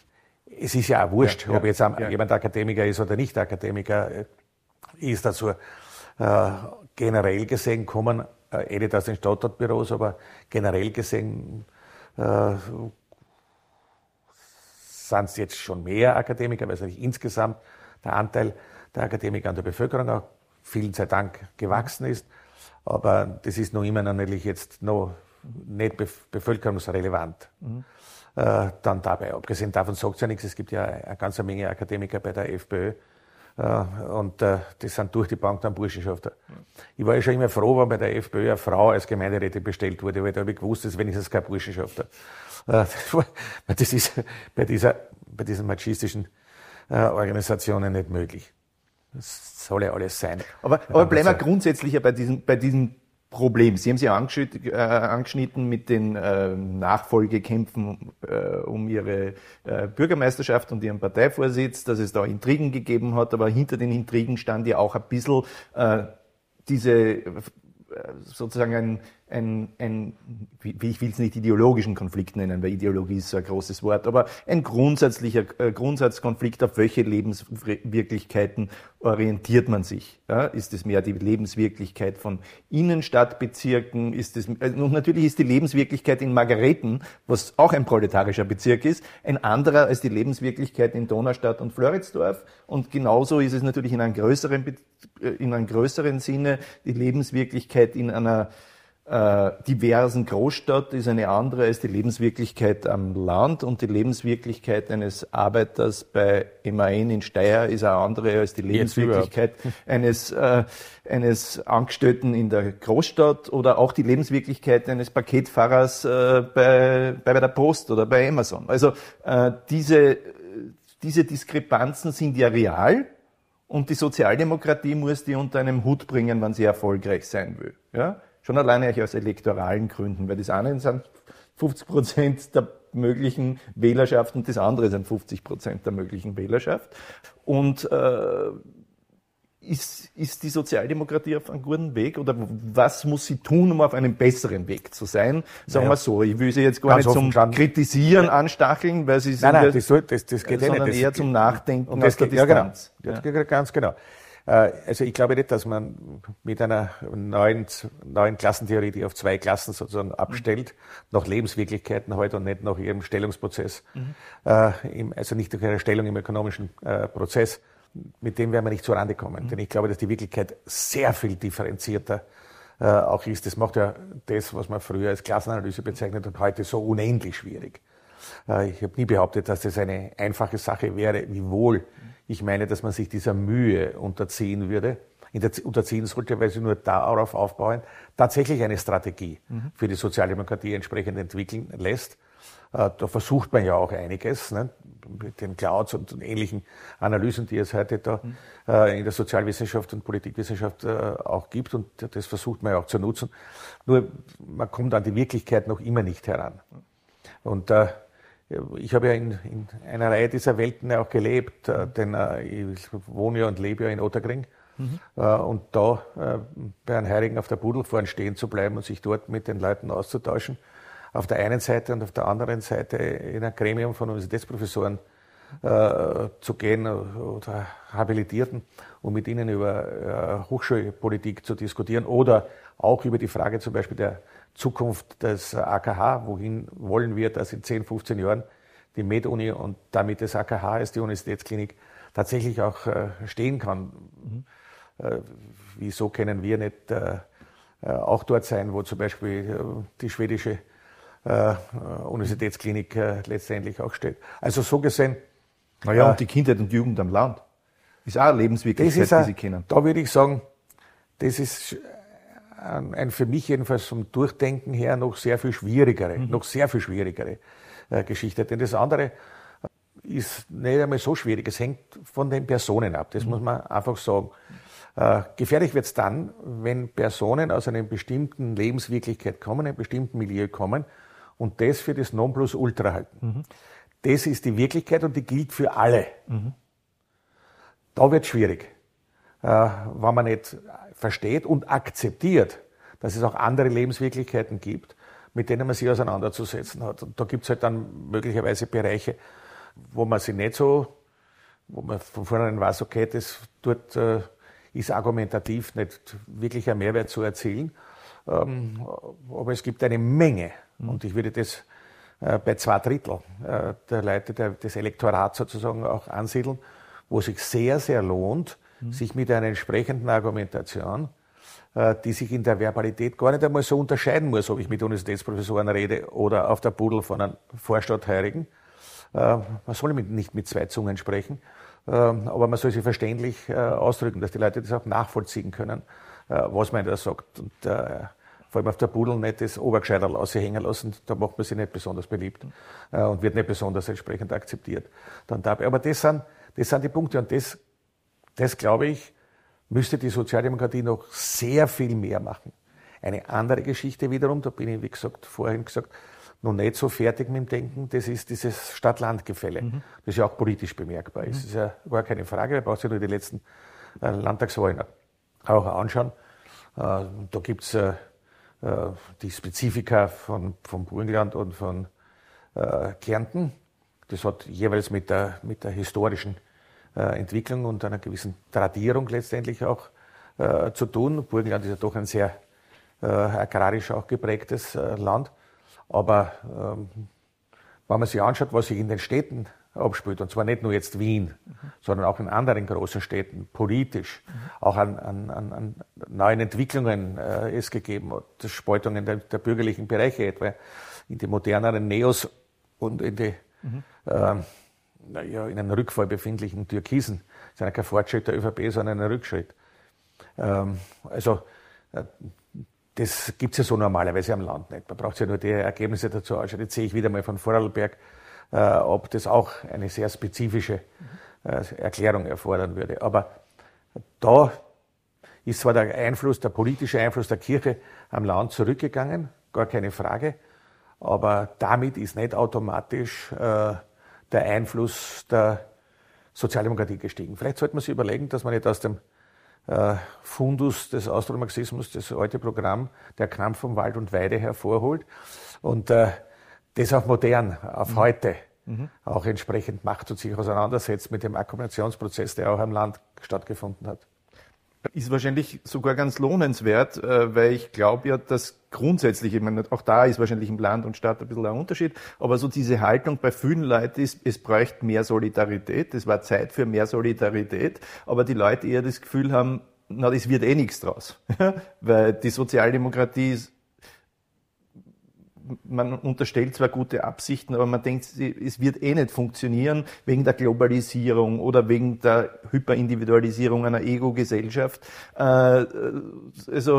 es ist ja auch wurscht, ja, ob jetzt ja. jemand Akademiker ist oder nicht Akademiker, ist dazu äh, generell gesehen kommen, äh, eh nicht aus den Stadtratbüros, aber generell gesehen äh, sind es jetzt schon mehr Akademiker, weil es natürlich insgesamt der Anteil der Akademiker an der Bevölkerung auch vielen sei Dank gewachsen ist. Aber das ist noch immer natürlich jetzt noch nicht bevölkerungsrelevant. Mhm. Äh, dann dabei. Abgesehen davon sagt es ja nichts. Es gibt ja eine ganze Menge Akademiker bei der FPÖ. Äh, und äh, das sind durch die Bank dann Burschenschafter. Mhm. Ich war ja schon immer froh, wenn bei der FPÖ eine Frau als Gemeinderätin bestellt wurde, weil da habe ich gewusst, dass wenigstens kein Burschenschafter. Äh, das ist bei dieser, bei diesen machistischen äh, Organisationen nicht möglich. Das soll ja alles sein. Aber, aber bleiben wir grundsätzlicher bei diesem, bei diesem Problem. Sie haben sich angeschnitten, äh, angeschnitten mit den äh, Nachfolgekämpfen äh, um Ihre äh, Bürgermeisterschaft und Ihren Parteivorsitz, dass es da Intrigen gegeben hat, aber hinter den Intrigen stand ja auch ein bisschen äh, diese äh, sozusagen ein, ein, ein, wie ich will es nicht ideologischen Konflikt nennen, weil Ideologie ist so ein großes Wort, aber ein grundsätzlicher äh, Grundsatzkonflikt, auf welche Lebenswirklichkeiten orientiert man sich? Ja? Ist es mehr die Lebenswirklichkeit von Innenstadtbezirken? Ist es, äh, und natürlich ist die Lebenswirklichkeit in Margareten, was auch ein proletarischer Bezirk ist, ein anderer als die Lebenswirklichkeit in Donaustadt und Floridsdorf. Und genauso ist es natürlich in einem größeren, in einem größeren Sinne die Lebenswirklichkeit in einer äh, diversen Großstadt ist eine andere als die Lebenswirklichkeit am Land, und die Lebenswirklichkeit eines Arbeiters bei M A N in Steyr ist eine andere als die Lebenswirklichkeit eines äh, eines Angestellten in der Großstadt oder auch die Lebenswirklichkeit eines Paketfahrers äh, bei, bei der Post oder bei Amazon. Also äh, diese diese Diskrepanzen sind ja real. Und die Sozialdemokratie muss die unter einem Hut bringen, wenn sie erfolgreich sein will. Ja? Schon alleine aus elektoralen Gründen, weil das eine sind fünfzig Prozent der möglichen Wählerschaft und das andere sind fünfzig Prozent der möglichen Wählerschaft. Und äh, ist, ist die Sozialdemokratie auf einem guten Weg, oder was muss sie tun, um auf einem besseren Weg zu sein? Sagen naja, wir so, ich will sie jetzt gar nicht zum Kritisieren anstacheln, weil sie sind, nein, nein, das, soll, das, das geht sondern eh nicht. eher das zum geht, Nachdenken und das aus der geht, Distanz. Ja, genau. Ja. Ganz genau. Also ich glaube nicht, dass man mit einer neuen, neuen Klassentheorie, die auf zwei Klassen sozusagen abstellt, mhm. nach Lebenswirklichkeiten halt und nicht nach ihrem Stellungsprozess, mhm. äh, im, also nicht durch ihre Stellung im ökonomischen äh, Prozess, mit dem werden wir nicht zurande kommen. Mhm. Denn ich glaube, dass die Wirklichkeit sehr viel differenzierter äh, auch ist. Das macht ja das, was man früher als Klassenanalyse bezeichnet hat, heute so unendlich schwierig. Äh, ich habe nie behauptet, dass das eine einfache Sache wäre, wiewohl ich meine, dass man sich dieser Mühe unterziehen würde, unterziehen sollte, weil sie nur darauf aufbauen, tatsächlich eine Strategie mhm. für die Sozialdemokratie entsprechend entwickeln lässt. Da versucht man ja auch einiges, ne, mit den Clouds und ähnlichen Analysen, die es heute da mhm. äh, in der Sozialwissenschaft und Politikwissenschaft äh, auch gibt, und das versucht man ja auch zu nutzen. Nur man kommt an die Wirklichkeit noch immer nicht heran. Und äh, ich habe ja in, in einer Reihe dieser Welten auch gelebt, äh, denn äh, ich wohne ja und lebe ja in Otterkring. Mhm. Äh, und da äh, bei Herrn Heirigen auf der Pudelfahrt stehen zu bleiben und sich dort mit den Leuten auszutauschen, auf der einen Seite, und auf der anderen Seite in ein Gremium von Universitätsprofessoren äh, zu gehen oder Habilitierten und mit ihnen über äh, Hochschulpolitik zu diskutieren oder auch über die Frage zum Beispiel der Zukunft des A K H, wohin wollen wir, dass in zehn, fünfzehn Jahren die MedUni und damit das A K H als die Universitätsklinik tatsächlich auch äh, stehen kann. Mhm. Äh, wieso können wir nicht äh, auch dort sein, wo zum Beispiel äh, die schwedische äh, Universitätsklinik äh, letztendlich auch steht. Also so gesehen. Naja, äh, und die Kindheit und Jugend am Land ist auch eine Lebenswirklichkeit, ist ein, die Sie kennen. Da würde ich sagen, das ist ein für mich jedenfalls vom Durchdenken her noch sehr viel schwierigere, mhm. noch sehr viel schwierigere äh, Geschichte. Denn das andere ist nicht einmal so schwierig. Es hängt von den Personen ab. Das mhm. muss man einfach sagen. Äh, gefährlich wird es dann, wenn Personen aus einer bestimmten Lebenswirklichkeit kommen, einem bestimmten Milieu kommen und das für das Nonplusultra halten. Mhm. Das ist die Wirklichkeit und die gilt für alle. Mhm. Da wird es schwierig, äh, wenn man nicht versteht und akzeptiert, dass es auch andere Lebenswirklichkeiten gibt, mit denen man sich auseinanderzusetzen hat. Und da gibt es halt dann möglicherweise Bereiche, wo man sich nicht so, wo man von vornherein weiß, okay, das dort äh, ist argumentativ nicht wirklich ein Mehrwert zu erzielen. Ähm, aber es gibt eine Menge, mhm. und ich würde das äh, bei zwei Drittel äh, der Leute der, des Elektorats sozusagen auch ansiedeln, wo sich sehr, sehr lohnt, mhm. sich mit einer entsprechenden Argumentation, äh, die sich in der Verbalität gar nicht einmal so unterscheiden muss, ob ich mit Universitätsprofessoren rede oder auf der Pudel von einem Vorstadtheurigen. Äh, man soll mit, nicht mit zwei Zungen sprechen, äh, aber man soll sich verständlich äh, ausdrücken, dass die Leute das auch nachvollziehen können, äh, was man da sagt. Und äh, vor allem auf der Pudel nicht das Obergescheiderl aushängen lassen, da macht man sich nicht besonders beliebt äh, und wird nicht besonders entsprechend akzeptiert. Dann dabei. Aber das sind, das sind die Punkte und das, das glaube ich, müsste die Sozialdemokratie noch sehr viel mehr machen. Eine andere Geschichte wiederum, da bin ich, wie gesagt, vorhin gesagt, noch nicht so fertig mit dem Denken, das ist dieses Stadt-Land-Gefälle, mhm. das ja auch politisch bemerkbar ist. Mhm. Das ist ja gar keine Frage, man braucht sich nur die letzten äh, Landtagswahlen auch anschauen. Äh, da gibt's äh, die Spezifika von, vom Burgenland und von äh, Kärnten. Das hat jeweils mit der, mit der historischen äh, Entwicklung und einer gewissen Tradierung letztendlich auch äh, zu tun. Burgenland ist ja doch ein sehr äh, agrarisch auch geprägtes äh, Land. Aber ähm, wenn man sich anschaut, was sich in den Städten abspielt, und zwar nicht nur jetzt Wien, mhm. sondern auch in anderen großen Städten, politisch, mhm. auch an, an, an neuen Entwicklungen äh, es gegeben hat, Spaltungen der, der bürgerlichen Bereiche, etwa in die moderneren Neos und in die mhm. äh, naja, in einem Rückfall befindlichen Türkisen. Das ist ja kein Fortschritt der ÖVP, sondern ein Rückschritt. Ähm, also äh, das gibt es ja so normalerweise am Land nicht. Man braucht ja nur die Ergebnisse dazu anschauen. Jetzt sehe ich wieder mal von Vorarlberg, äh, ob das auch eine sehr spezifische äh, Erklärung erfordern würde. Aber da ist zwar der Einfluss, der politische Einfluss der Kirche am Land zurückgegangen, gar keine Frage, aber damit ist nicht automatisch äh, der Einfluss der Sozialdemokratie gestiegen. Vielleicht sollte man sich überlegen, dass man nicht aus dem äh, Fundus des Austromarxismus, das alte Programm, der Kampf um Wald und Weide hervorholt und äh, das auf modern, auf mhm. heute mhm. auch entsprechend macht und sich auseinandersetzt mit dem Akkumulationsprozess, der auch am Land stattgefunden hat. Ist wahrscheinlich sogar ganz lohnenswert, weil ich glaube ja, dass grundsätzlich, ich meine, auch da ist wahrscheinlich im Land und Stadt ein bisschen ein Unterschied, aber so diese Haltung bei vielen Leuten ist, es bräuchte mehr Solidarität, es war Zeit für mehr Solidarität, aber die Leute eher das Gefühl haben, na, das wird eh nichts draus, weil die Sozialdemokratie ist, man unterstellt zwar gute Absichten, aber man denkt, es wird eh nicht funktionieren wegen der Globalisierung oder wegen der Hyperindividualisierung einer Ego-Gesellschaft. Also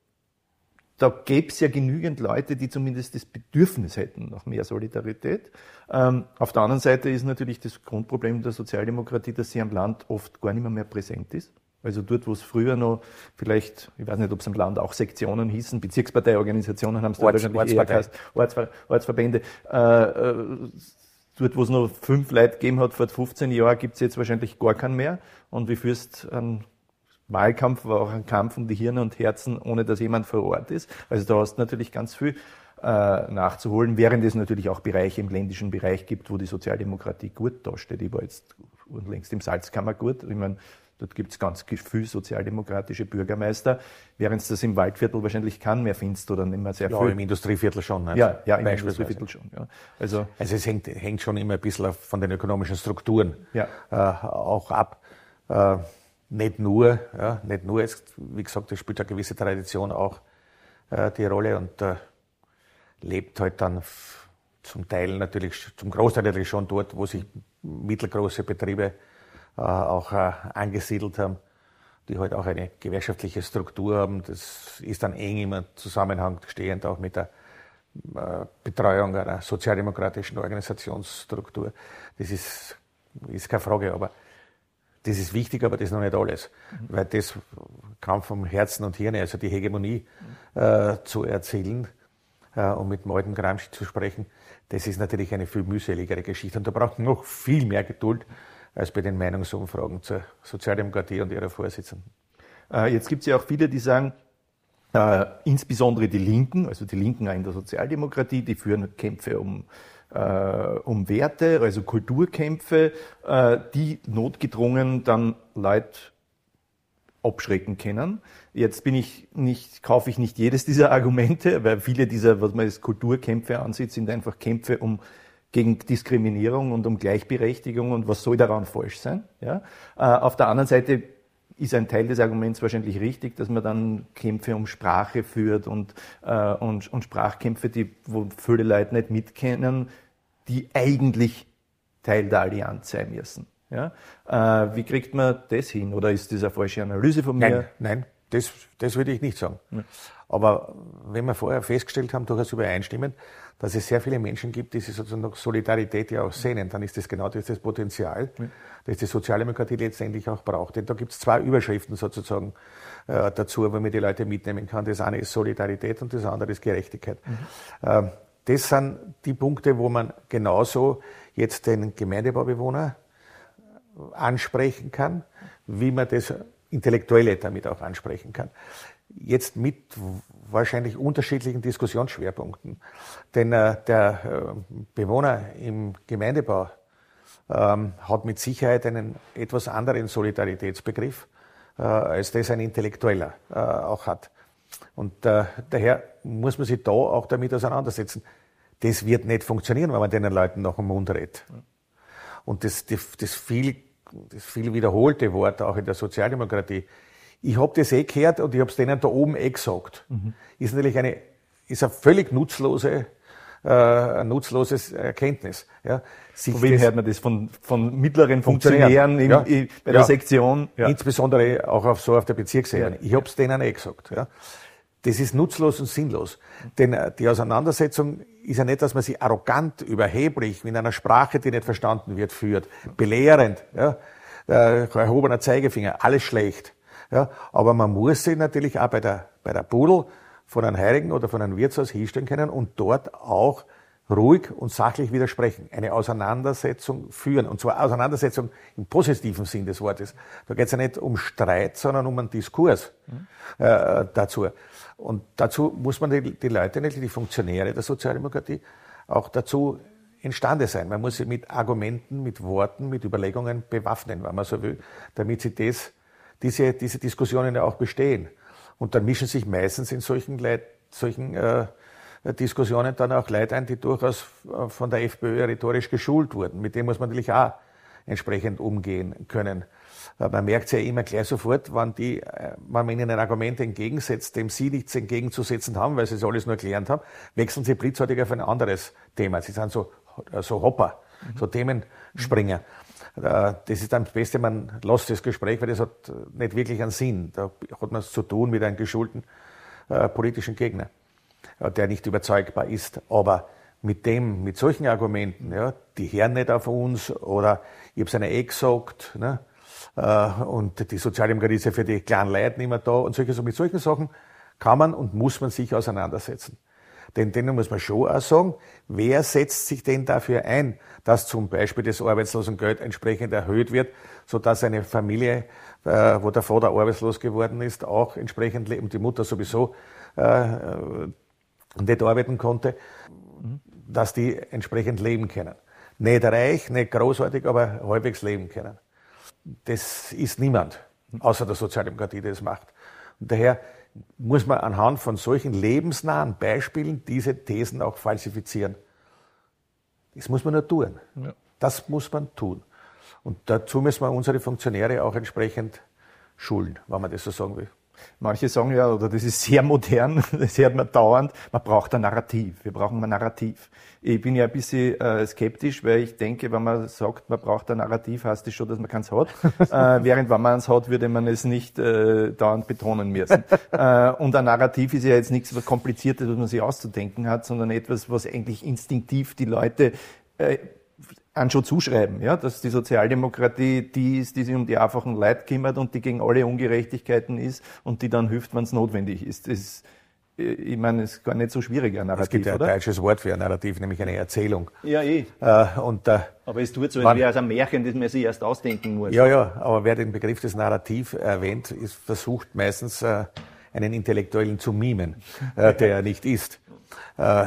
da gäbe es ja genügend Leute, die zumindest das Bedürfnis hätten nach mehr Solidarität. Auf der anderen Seite ist natürlich das Grundproblem der Sozialdemokratie, dass sie am Land oft gar nicht mehr, mehr präsent ist. Also dort, wo es früher noch vielleicht, ich weiß nicht, ob es im Land auch Sektionen hießen, Bezirksparteiorganisationen haben es da Orts, wahrscheinlich eher geheißen, Ortsver, Ortsverbände. Äh, äh, dort, wo es noch fünf Leute gegeben hat vor fünfzehn Jahren, gibt es jetzt wahrscheinlich gar keinen mehr. Und wie führst ein Wahlkampf war auch ein Kampf um die Hirne und Herzen, ohne dass jemand vor Ort ist. Also da hast du natürlich ganz viel äh, nachzuholen, während es natürlich auch Bereiche im ländischen Bereich gibt, wo die Sozialdemokratie gut dasteht. Ich war jetzt längst im Salzkammergut. Ich meine, dort gibt es ganz viel sozialdemokratische Bürgermeister, während es das im Waldviertel wahrscheinlich keinen mehr findest oder nicht mehr sehr ja, viel. Im Industrieviertel schon. Also ja, ja, im Industrieviertel schon. Ja. Also, also es hängt, hängt schon immer ein bisschen von den ökonomischen Strukturen ja. äh, auch ab. Äh, nicht nur, ja, nicht nur, es, wie gesagt, es spielt eine gewisse Tradition auch äh, die Rolle und äh, lebt halt dann zum Teil natürlich, zum Großteil natürlich schon dort, wo sich mittelgroße Betriebe auch äh, angesiedelt haben, die halt auch eine gewerkschaftliche Struktur haben. Das ist dann eng im Zusammenhang stehend auch mit der äh, Betreuung einer sozialdemokratischen Organisationsstruktur. Das ist, ist keine Frage, aber das ist wichtig, aber das ist noch nicht alles. Mhm. Weil das Kampf um Herzen und Hirne, also die Hegemonie mhm. äh, zu erzielen, äh, um mit dem alten Gramsci zu sprechen, das ist natürlich eine viel mühseligere Geschichte. Und da braucht man noch viel mehr Geduld als bei den Meinungsumfragen zur Sozialdemokratie und ihrer Vorsitzenden. Äh, jetzt gibt es ja auch viele, die sagen, äh, insbesondere die Linken, also die Linken in der Sozialdemokratie, die führen Kämpfe um, äh, um Werte, also Kulturkämpfe, äh, die notgedrungen dann Leute abschrecken können. Jetzt bin ich nicht, kaufe ich nicht jedes dieser Argumente, weil viele dieser, was man als Kulturkämpfe ansieht, sind einfach Kämpfe um gegen Diskriminierung und um Gleichberechtigung und was soll daran falsch sein? Ja? Äh, auf der anderen Seite ist ein Teil des Arguments wahrscheinlich richtig, dass man dann Kämpfe um Sprache führt und, äh, und, und Sprachkämpfe, die, wo viele Leute nicht mitkennen, die eigentlich Teil der Allianz sein müssen. Ja? Äh, wie kriegt man das hin? Oder ist das eine falsche Analyse von mir? Nein, nein, das, das würde ich nicht sagen. Ja. Aber wenn wir vorher festgestellt haben, durchaus übereinstimmend, dass es sehr viele Menschen gibt, die sich sozusagen nach Solidarität ja auch sehnen, dann ist das genau das, das Potenzial, ja. das die Sozialdemokratie letztendlich auch braucht. Denn da gibt es zwei Überschriften sozusagen äh, dazu, wo man die Leute mitnehmen kann. Das eine ist Solidarität und das andere ist Gerechtigkeit. Mhm. Ähm, das sind die Punkte, wo man genauso jetzt den Gemeindebaubewohner ansprechen kann, wie man das Intellektuelle damit auch ansprechen kann. Jetzt mit wahrscheinlich unterschiedlichen Diskussionsschwerpunkten. Denn äh, der äh, Bewohner im Gemeindebau ähm, hat mit Sicherheit einen etwas anderen Solidaritätsbegriff, äh, als das ein Intellektueller äh, auch hat. Und äh, daher muss man sich da auch damit auseinandersetzen. Das wird nicht funktionieren, wenn man den Leuten nach dem Mund redet. Und das, das, das, viel, das viel wiederholte Wort auch in der Sozialdemokratie, ich habe das eh gehört und ich habe es denen da oben eh gesagt, mhm. ist natürlich eine, ist eine völlig nutzlose, äh, ein nutzloses Erkenntnis. Ja. Von wem hört man das? Von, von mittleren Funktionären im, ja. im, bei der ja. Sektion? Ja. Insbesondere auch auf, so auf der Bezirksebene. Ja. Ich habe es denen eh gesagt. Ja. Das ist nutzlos und sinnlos. Denn die Auseinandersetzung ist ja nicht, dass man sich arrogant, überheblich, in einer Sprache, die nicht verstanden wird, führt, belehrend, ja, erhobener Zeigefinger, alles schlecht. Ja, aber man muss sich natürlich auch bei der, bei der Pudel von einem Heiligen oder von einem Wirtshaus hinstellen können und dort auch ruhig und sachlich widersprechen. Eine Auseinandersetzung führen. Und zwar Auseinandersetzung im positiven Sinn des Wortes. Da geht es ja nicht um Streit, sondern um einen Diskurs mhm. äh, dazu. Und dazu muss man die, die Leute, die Funktionäre der Sozialdemokratie, auch dazu imstande sein. Man muss sie mit Argumenten, mit Worten, mit Überlegungen bewaffnen, wenn man so will, damit sie das Diese, diese Diskussionen ja auch bestehen. Und dann mischen sich meistens in solchen, Leit, solchen äh, Diskussionen dann auch Leute ein, die durchaus von der FPÖ rhetorisch geschult wurden. Mit dem muss man natürlich auch entsprechend umgehen können. Man merkt es ja immer gleich sofort, wenn, die, wenn man ihnen ein Argument entgegensetzt, dem sie nichts entgegenzusetzen haben, weil sie es alles nur gelernt haben, wechseln sie blitzartig auf ein anderes Thema. Sie sind so, so Hopper, mhm. so Themenspringer. Das ist dann das Beste, man lässt das Gespräch, weil das hat nicht wirklich einen Sinn. Da hat man es zu tun mit einem geschulten äh, politischen Gegner, äh, der nicht überzeugbar ist. Aber mit dem, mit solchen Argumenten, ja, die hören nicht auf uns oder ich habe es einer eh gesagt, ne, äh, und die Sozialdemokratie ist ja für die kleinen Leute nicht mehr da und solche, so mit solchen Sachen kann man und muss man sich auseinandersetzen. Denn denen muss man schon auch sagen, wer setzt sich denn dafür ein, dass zum Beispiel das Arbeitslosengeld entsprechend erhöht wird, sodass eine Familie, äh, wo der Vater arbeitslos geworden ist, auch entsprechend lebt und die Mutter sowieso äh, nicht arbeiten konnte, dass die entsprechend leben können. Nicht reich, nicht großartig, aber halbwegs leben können. Das ist niemand, außer der Sozialdemokratie, die das macht. Und daher muss man anhand von solchen lebensnahen Beispielen diese Thesen auch falsifizieren. Das muss man nur tun. Ja. Das muss man tun. Und dazu müssen wir unsere Funktionäre auch entsprechend schulen, wenn man das so sagen will. Manche sagen ja, oder das ist sehr modern, das hört man dauernd, man braucht ein Narrativ, wir brauchen ein Narrativ. Ich bin ja ein bisschen äh, skeptisch, weil ich denke, wenn man sagt, man braucht ein Narrativ, heißt das schon, dass man keins hat. äh, während wenn man eins hat, würde man es nicht äh, dauernd betonen müssen. äh, und ein Narrativ ist ja jetzt nichts was Kompliziertes, was man sich auszudenken hat, sondern etwas, was eigentlich instinktiv die Leute äh, an schon zuschreiben, ja, dass die Sozialdemokratie die ist, die sich um die einfachen Leute kümmert und die gegen alle Ungerechtigkeiten ist und die dann hilft, wenn es notwendig ist. Das ist, ich meine, es ist gar nicht so schwierig, ein Narrativ, Es gibt ja oder? ein deutsches Wort für ein Narrativ, nämlich eine Erzählung. Ja, eh. Äh, und, äh, aber es tut so, als wäre es ein Märchen, das man sich erst ausdenken muss. Ja, ja, aber wer den Begriff des Narrativ erwähnt, ist versucht meistens äh, einen Intellektuellen zu mimen, äh, der er nicht ist. Äh,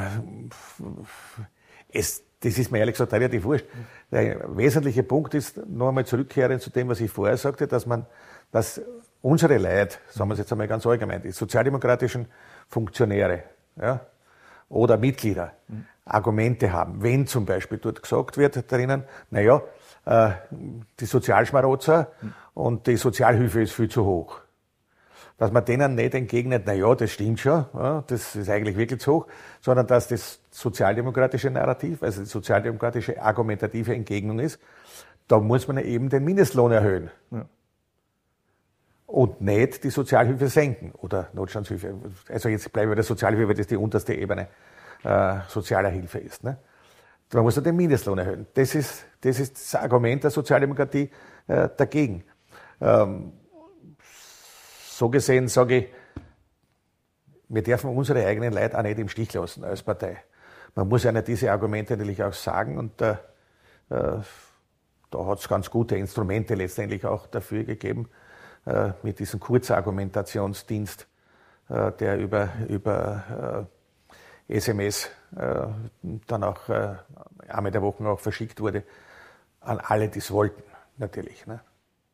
es Das ist mir ehrlich gesagt relativ wurscht. Der wesentliche Punkt ist, noch einmal zurückkehren zu dem, was ich vorher sagte, dass man, dass unsere Leute, sagen wir es jetzt einmal ganz allgemein, die sozialdemokratischen Funktionäre, ja, oder Mitglieder, mhm. Argumente haben, wenn zum Beispiel dort gesagt wird drinnen, naja, äh, die Sozialschmarotzer mhm. und die Sozialhilfe ist viel zu hoch. Dass man denen nicht entgegnet, na ja, das stimmt schon, ja, das ist eigentlich wirklich zu hoch, sondern dass das sozialdemokratische Narrativ, also die sozialdemokratische argumentative Entgegnung ist, da muss man eben den Mindestlohn erhöhen. Ja. Und nicht die Sozialhilfe senken oder Notstandshilfe. Also jetzt bleiben wir bei der Sozialhilfe, weil das die unterste Ebene äh, sozialer Hilfe ist. Ne? Man muss ja den Mindestlohn erhöhen. Das ist das, ist das Argument der Sozialdemokratie äh, dagegen. Ähm, So gesehen sage ich, wir dürfen unsere eigenen Leute auch nicht im Stich lassen als Partei. Man muss ja diese Argumente natürlich auch sagen und äh, äh, da hat es ganz gute Instrumente letztendlich auch dafür gegeben, äh, mit diesem Kurzargumentationsdienst, äh, der über, über äh, S M S äh, dann auch äh, einmal der Woche auch verschickt wurde, an alle, die es wollten, natürlich. Ne?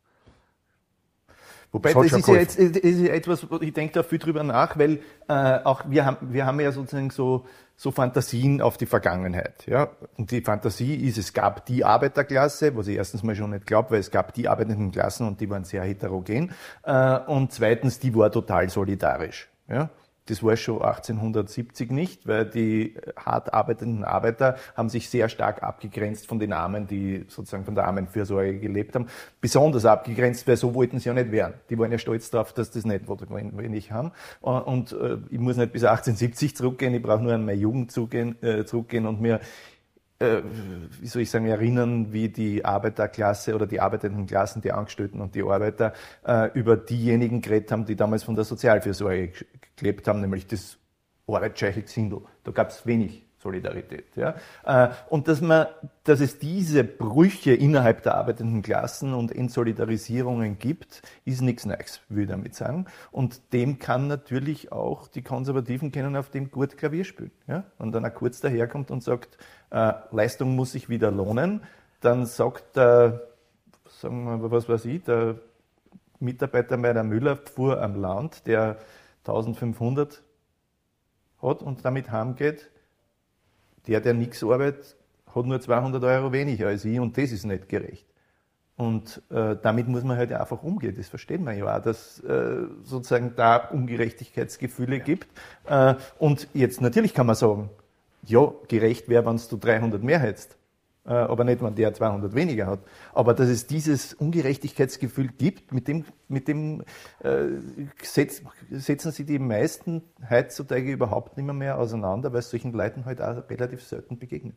Wobei, das, das ist ja jetzt ist ja etwas, ich denke da viel drüber nach, weil äh, auch wir haben, wir haben ja sozusagen so, so Fantasien auf die Vergangenheit. Ja? Und die Fantasie ist, es gab die Arbeiterklasse, was ich erstens mal schon nicht glaube, weil es gab die arbeitenden Klassen und die waren sehr heterogen. Äh, und zweitens, die war total solidarisch. Ja? Das war schon achtzehnhundertsiebzig nicht, weil die hart arbeitenden Arbeiter haben sich sehr stark abgegrenzt von den Armen, die sozusagen von der Armenfürsorge gelebt haben. Besonders abgegrenzt, weil so wollten sie ja nicht werden. Die waren ja stolz darauf, dass das nicht wenig haben. Und äh, ich muss nicht bis achtzehnhundertsiebzig zurückgehen, ich brauche nur an meine Jugend zurückgehen, äh, zurückgehen und mir Äh, wie soll ich sagen, erinnern, wie die Arbeiterklasse oder die arbeitenden Klassen, die Angestellten und die Arbeiter äh, über diejenigen geredet haben, die damals von der Sozialfürsorge gelebt haben, nämlich das arbeitsscheuche Gesindel. Da gab es wenig Solidarität. Ja? Äh, und dass man, dass es diese Brüche innerhalb der arbeitenden Klassen und Entsolidarisierungen gibt, ist nichts Neues, würde ich damit sagen. Und dem kann natürlich auch, die Konservativen können auf dem gut Klavier spielen. Ja? Und dann er kurz daherkommt und sagt, äh, Leistung muss sich wieder lohnen, dann sagt der, sagen wir mal, was weiß ich, der Mitarbeiter bei der Müllabfuhr am Land, der eintausendfünfhundert hat und damit heimgeht, der, der nichts arbeitet, hat nur zweihundert Euro weniger als ich und das ist nicht gerecht. Und äh, damit muss man halt einfach umgehen, das versteht man ja auch, dass äh, sozusagen da Ungerechtigkeitsgefühle ja. gibt. Äh, und jetzt natürlich kann man sagen, ja, gerecht wäre, wenn du dreihundert mehr hättest, äh, aber nicht, wenn der zweihundert weniger hat. Aber dass es dieses Ungerechtigkeitsgefühl gibt, mit dem, mit dem äh, setz, setzen sich die meisten heutzutage überhaupt nicht mehr, mehr auseinander, weil es solchen Leuten halt auch relativ selten begegnen.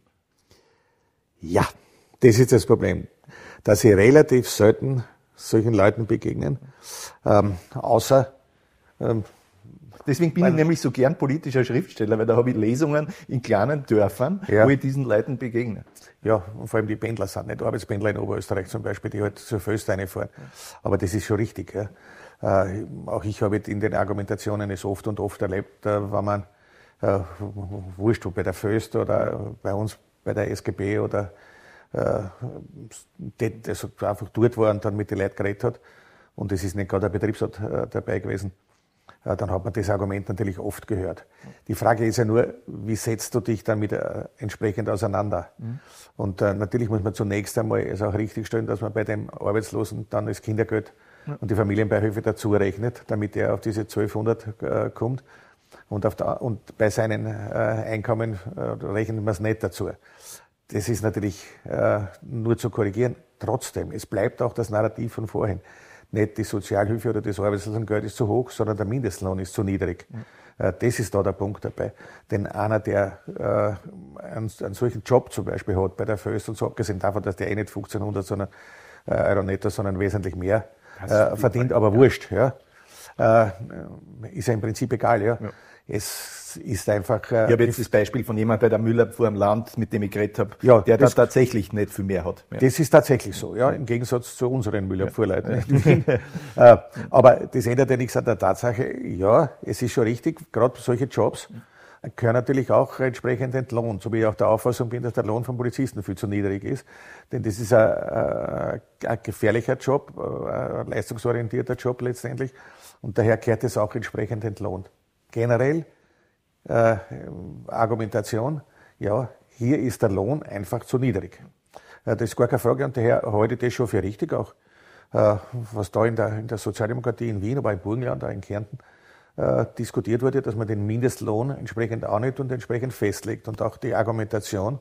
Ja, das ist das Problem, dass sie relativ selten solchen Leuten begegnen, ähm, außer ähm, Deswegen bin ich nämlich so gern politischer Schriftsteller, weil da habe ich Lesungen in kleinen Dörfern, ja. wo ich diesen Leuten begegne. Ja, und vor allem die Pendler sind nicht Arbeitspendler in Oberösterreich zum Beispiel, die halt zur Föst reinfahren. Aber das ist schon richtig. Ja. Äh, auch ich habe in den Argumentationen es oft und oft erlebt, äh, wenn man, äh, wurscht, ob bei der Föst oder bei uns bei der S G B oder äh, das einfach dort war und dann mit den Leuten geredet hat. Und es ist nicht gerade der Betriebsrat äh, dabei gewesen. Dann hat man das Argument natürlich oft gehört. Die Frage ist ja nur, wie setzt du dich dann mit äh, entsprechend auseinander? Mhm. Und äh, natürlich muss man zunächst einmal es auch richtig stellen, dass man bei dem Arbeitslosen dann das Kindergeld mhm. und die Familienbeihilfe dazu rechnet, damit er auf diese zwölfhundert äh, kommt. Und, auf der, und bei seinen äh, Einkommen äh, rechnet man es nicht dazu. Das ist natürlich äh, nur zu korrigieren. Trotzdem, es bleibt auch das Narrativ von vorhin. Nicht die Sozialhilfe oder das Arbeitslosengeld ist zu hoch, sondern der Mindestlohn ist zu niedrig. Mhm. Das ist da der Punkt dabei. Denn einer, der äh, einen, einen solchen Job zum Beispiel hat bei der Föst und so, abgesehen davon, dass der eh nicht fünfzehnhundert sondern, äh, Euro netto, sondern wesentlich mehr äh, verdient, aber ja. wurscht, ja, äh, ist ja im Prinzip egal. Ja. ja. Es ist einfach... Äh, ich habe jetzt das Beispiel von jemandem bei der Müllabfuhr am Land, mit dem ich geredet habe, ja, der das da tatsächlich nicht viel mehr hat. Ja. Das ist tatsächlich so, ja, im Gegensatz zu unseren Müllabfuhrleuten. Ja. äh, aber das ändert ja nichts an der Tatsache, ja, es ist schon richtig, gerade solche Jobs gehören natürlich auch entsprechend entlohnt, so wie ich auch der Auffassung bin, dass der Lohn von Polizisten viel zu niedrig ist. Denn das ist ein, ein gefährlicher Job, ein leistungsorientierter Job letztendlich. Und daher gehört es auch entsprechend entlohnt. Generell äh, Argumentation, ja, hier ist der Lohn einfach zu niedrig. Äh, das ist gar keine Frage und daher halte ich das schon für richtig auch. Äh, was da in der, in der Sozialdemokratie in Wien, aber im Burgenland, auch in Kärnten, äh, diskutiert wurde, dass man den Mindestlohn entsprechend annimmt und entsprechend festlegt. Und auch die Argumentation,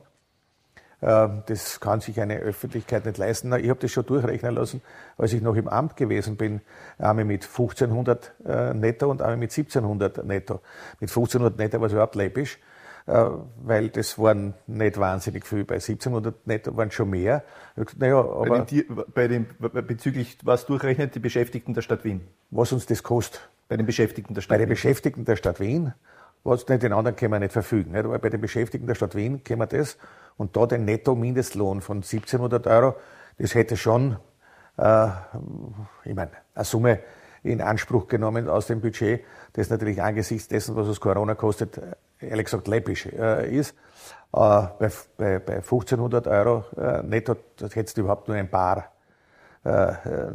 äh, das kann sich eine Öffentlichkeit nicht leisten. Ich habe das schon durchrechnen lassen, als ich noch im Amt gewesen bin, einmal mit fünfzehnhundert äh, netto und einmal mit siebzehnhundert netto. Mit fünfzehnhundert netto war es überhaupt läppisch, äh, weil das waren nicht wahnsinnig viel. Bei siebzehnhundert netto waren schon mehr. Naja, aber bei dem, bei dem, bezüglich was durchrechnet die Beschäftigten der Stadt Wien? Was uns das kostet? Bei den Beschäftigten der Stadt Bei Wien. den Beschäftigten der Stadt Wien, was nicht den anderen können wir nicht verfügen. Nicht? Aber bei den Beschäftigten der Stadt Wien können wir das. Und da den Netto-Mindestlohn von siebzehnhundert Euro, das hätte schon, äh, ich meine, eine Summe in Anspruch genommen aus dem Budget, das natürlich angesichts dessen, was uns Corona kostet, ehrlich gesagt läppisch äh, ist. Äh, bei, bei, bei fünfzehnhundert Euro äh, netto, das hättest du überhaupt nur ein paar äh,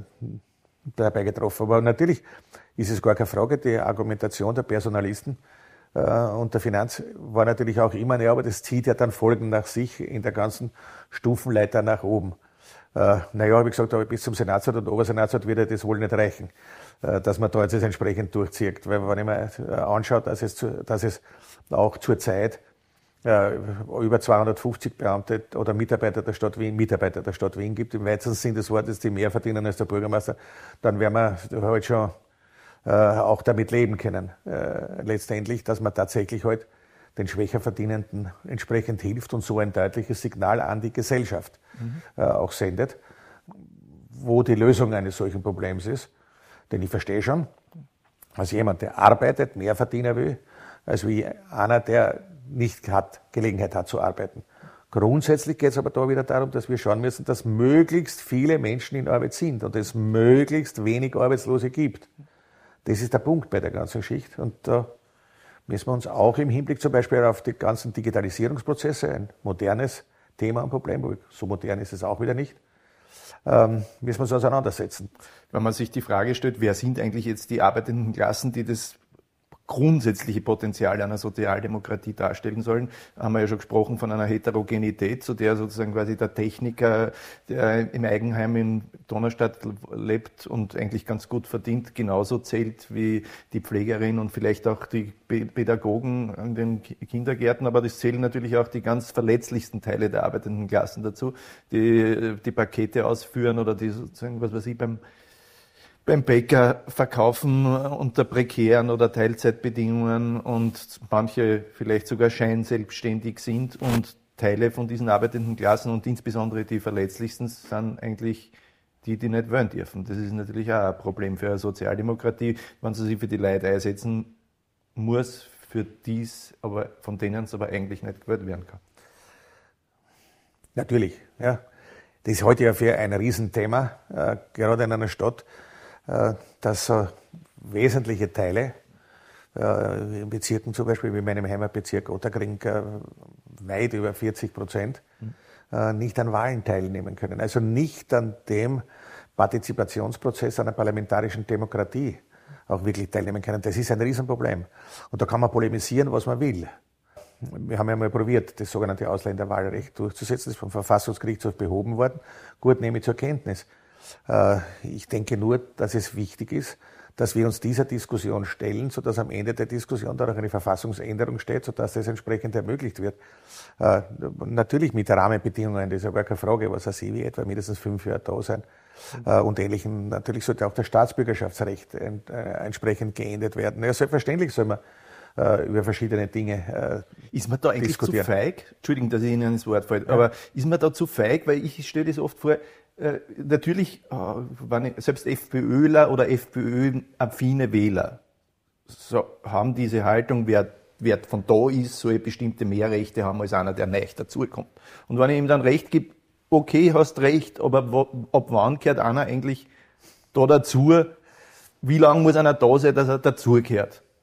dabei getroffen. Aber natürlich ist es gar keine Frage, die Argumentation der Personalisten äh, und der Finanz war natürlich auch immer, ja, aber das zieht ja dann Folgen nach sich in der ganzen Stufenleiter nach oben. Äh, naja, habe ich gesagt, aber bis zum Senatsrat und Obersenatsrat wird ja das wohl nicht reichen, äh, dass man da jetzt das entsprechend durchzieht. Weil wenn ich mir anschaut, dass es, zu, dass es auch zurzeit äh, über zweihundertfünfzig Beamte oder Mitarbeiter der Stadt Wien, Mitarbeiter der Stadt Wien gibt, im weitesten Sinn des Wortes, die mehr verdienen als der Bürgermeister, dann werden wir halt schon äh, auch damit leben können, äh, letztendlich, dass man tatsächlich halt den schwächer Verdienenden entsprechend hilft und so ein deutliches Signal an die Gesellschaft mhm. äh, auch sendet, wo die Lösung eines solchen Problems ist. Denn ich verstehe schon, als jemand, der arbeitet, mehr verdienen will, als wie einer, der nicht hat, Gelegenheit hat zu arbeiten. Grundsätzlich geht es aber da wieder darum, dass wir schauen müssen, dass möglichst viele Menschen in Arbeit sind und es möglichst wenig Arbeitslose gibt. Das ist der Punkt bei der ganzen Geschichte. Und da müssen wir uns auch im Hinblick zum Beispiel auf die ganzen Digitalisierungsprozesse, ein modernes Thema und Problem, aber so modern ist es auch wieder nicht, ähm, müssen wir uns auseinandersetzen. Wenn man sich die Frage stellt, wer sind eigentlich jetzt die arbeitenden Klassen, die das grundsätzliche Potenzial einer Sozialdemokratie darstellen sollen, haben wir ja schon gesprochen von einer Heterogenität, zu der sozusagen quasi der Techniker, der im Eigenheim in Donaustadt lebt und eigentlich ganz gut verdient, genauso zählt wie die Pflegerin und vielleicht auch die Pädagogen an den Kindergärten, aber das zählen natürlich auch die ganz verletzlichsten Teile der arbeitenden Klassen dazu, die die Pakete ausführen oder die sozusagen, was weiß ich, beim beim Bäcker verkaufen unter prekären oder Teilzeitbedingungen und manche vielleicht sogar scheinselbstständig sind und Teile von diesen arbeitenden Klassen und insbesondere die verletzlichsten sind eigentlich die, die nicht wollen dürfen. Das ist natürlich auch ein Problem für eine Sozialdemokratie, wenn sie sich für die Leute einsetzen muss, für dies, aber von denen es aber eigentlich nicht gewählt werden kann. Natürlich, ja. Das ist heute ja für ein Riesenthema, äh, gerade in einer Stadt, dass äh, wesentliche Teile äh, in Bezirken zum Beispiel, wie meinem Heimatbezirk Otterkring, äh, weit über vierzig Prozent äh, nicht an Wahlen teilnehmen können. Also nicht an dem Partizipationsprozess einer parlamentarischen Demokratie auch wirklich teilnehmen können. Das ist ein Riesenproblem. Und da kann man polemisieren, was man will. Wir haben ja mal probiert, das sogenannte Ausländerwahlrecht durchzusetzen. Das ist vom Verfassungsgerichtshof behoben worden. Gut, nehme ich zur Kenntnis. Ich denke nur, dass es wichtig ist, dass wir uns dieser Diskussion stellen, sodass am Ende der Diskussion dann auch eine Verfassungsänderung steht, sodass das entsprechend ermöglicht wird. Natürlich mit Rahmenbedingungen, das ist ja gar keine Frage, was heißt wie etwa mindestens fünf Jahre da sein und Ähnlichem. Natürlich sollte auch das Staatsbürgerschaftsrecht entsprechend geändert werden. Ja, selbstverständlich soll man über verschiedene Dinge äh, Ist man da eigentlich zu feig? Entschuldigung, dass ich Ihnen ins Wort falle, ja. Aber ist man da zu feig? Weil ich stelle das oft vor, äh, natürlich, äh, wenn ich, selbst FPÖler oder FPÖ-affine Wähler so, haben diese Haltung, wer, wer von da ist, soll bestimmte mehr Rechte haben als einer, der neu dazukommt. Und wenn ich ihm dann Recht gebe, okay, hast Recht, aber wo, ab wann gehört einer eigentlich da dazu? Wie lange muss einer da sein, dass er dazugehört?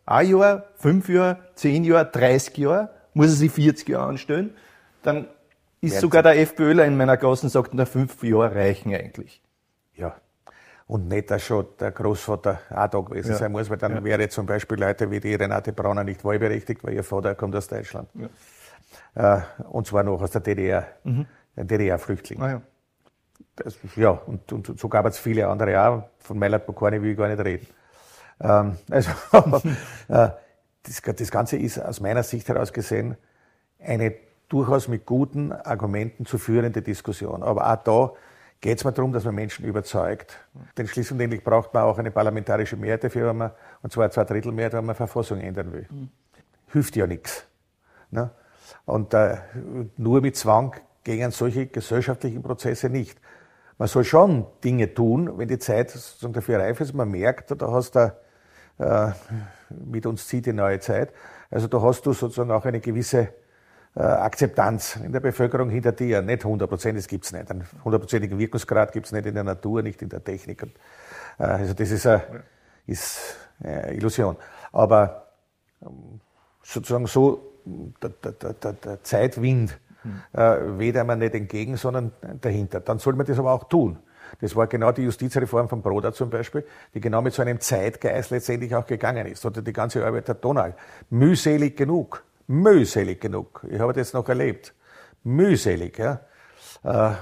ein Jahr, fünf Jahre, zehn Jahre, dreißig Jahre, muss er sich vierzig Jahre anstellen, dann ist sogar der FPÖler in meiner Gasse und sagt, na, fünf Jahre reichen eigentlich. Ja. Und nicht, dass schon der Großvater auch da gewesen ja. sein muss, weil dann ja. wäre zum Beispiel Leute wie die Renate Brauner nicht wahlberechtigt, weil ihr Vater kommt aus Deutschland. Ja. Äh, und zwar noch aus der D D R, mhm. ein D D R-Flüchtling. Ah, ja. Das, ja, und, und so gab es viele andere auch, von Meilert Bokorny will ich gar nicht reden. Ähm, also, äh, das, das Ganze ist aus meiner Sicht heraus gesehen eine durchaus mit guten Argumenten zu führende Diskussion. Aber auch da geht es mir darum, dass man Menschen überzeugt. Denn schließlich und endlich braucht man auch eine parlamentarische Mehrheit dafür, wenn man, und zwar zwei Drittel Mehrheit, wenn man Verfassung ändern will. Mhm. Hilft ja nichts. Ne? Und äh, nur mit Zwang gegen solche gesellschaftlichen Prozesse nicht. Man soll schon Dinge tun, wenn die Zeit sozusagen dafür reif ist. Man merkt, da hast du, äh, mit uns zieht die neue Zeit. Also da hast du sozusagen auch eine gewisse äh, Akzeptanz in der Bevölkerung hinter dir. Nicht hundert Prozent, das gibt's nicht. Einen hundertprozentigen Wirkungsgrad gibt's nicht in der Natur, nicht in der Technik. Und, äh, also das ist eine ist, äh, Illusion. Aber ähm, sozusagen so der, der, der, der Zeitwind hm. äh, weht einem nicht entgegen, sondern dahinter. Dann soll man das aber auch tun. Das war genau die Justizreform von Broda zum Beispiel, die genau mit so einem Zeitgeist letztendlich auch gegangen ist. Oder die ganze Arbeit der Donau. Mühselig genug. Mühselig genug. Ich habe das noch erlebt. Mühselig, ja. Äh,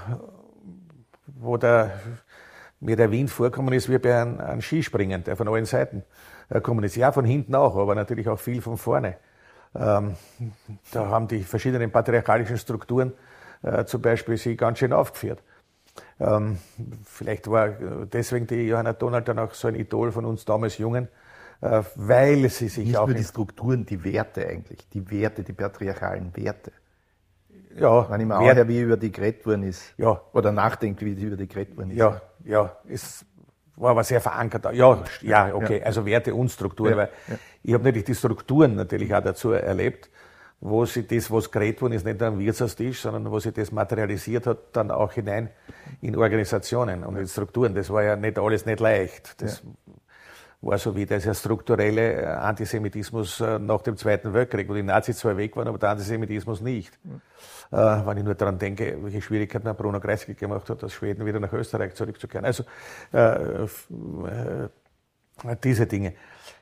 wo der, mir der Wind vorkommen ist wie bei einem, einem Skispringen, der von allen Seiten äh, kommen ist. Ja, von hinten auch, aber natürlich auch viel von vorne. Ähm, da haben die verschiedenen patriarchalischen Strukturen äh, zum Beispiel sich ganz schön aufgeführt. Ähm, vielleicht war deswegen die Johanna Donald dann auch so ein Idol von uns damals Jungen, äh, weil sie sich Nicht auch... nur die Strukturen, die Werte eigentlich, die Werte, die patriarchalen Werte. Ja, wenn ich mir anhöre, wie über die geredet worden ist. Ja. Oder nachdenkt, wie über die geredet worden ist. Ja, ja, es war aber sehr verankert. Ja, ja, okay, ja. Also Werte und Strukturen, ja. weil ja. ich habe natürlich die Strukturen natürlich auch dazu erlebt, wo sich das, was geredet worden ist, nicht nur am Wirtshaustisch, sondern wo sich das materialisiert hat, dann auch hinein in Organisationen und in Strukturen. Das war ja nicht alles nicht leicht. Das ja. war so wie dieser strukturelle Antisemitismus nach dem Zweiten Weltkrieg, wo die Nazis zwar weg waren, aber der Antisemitismus nicht. Ja. Äh, wenn ich nur daran denke, welche Schwierigkeiten der Bruno Kreisky gemacht hat, aus Schweden wieder nach Österreich zurückzukehren. Also äh, äh, diese Dinge.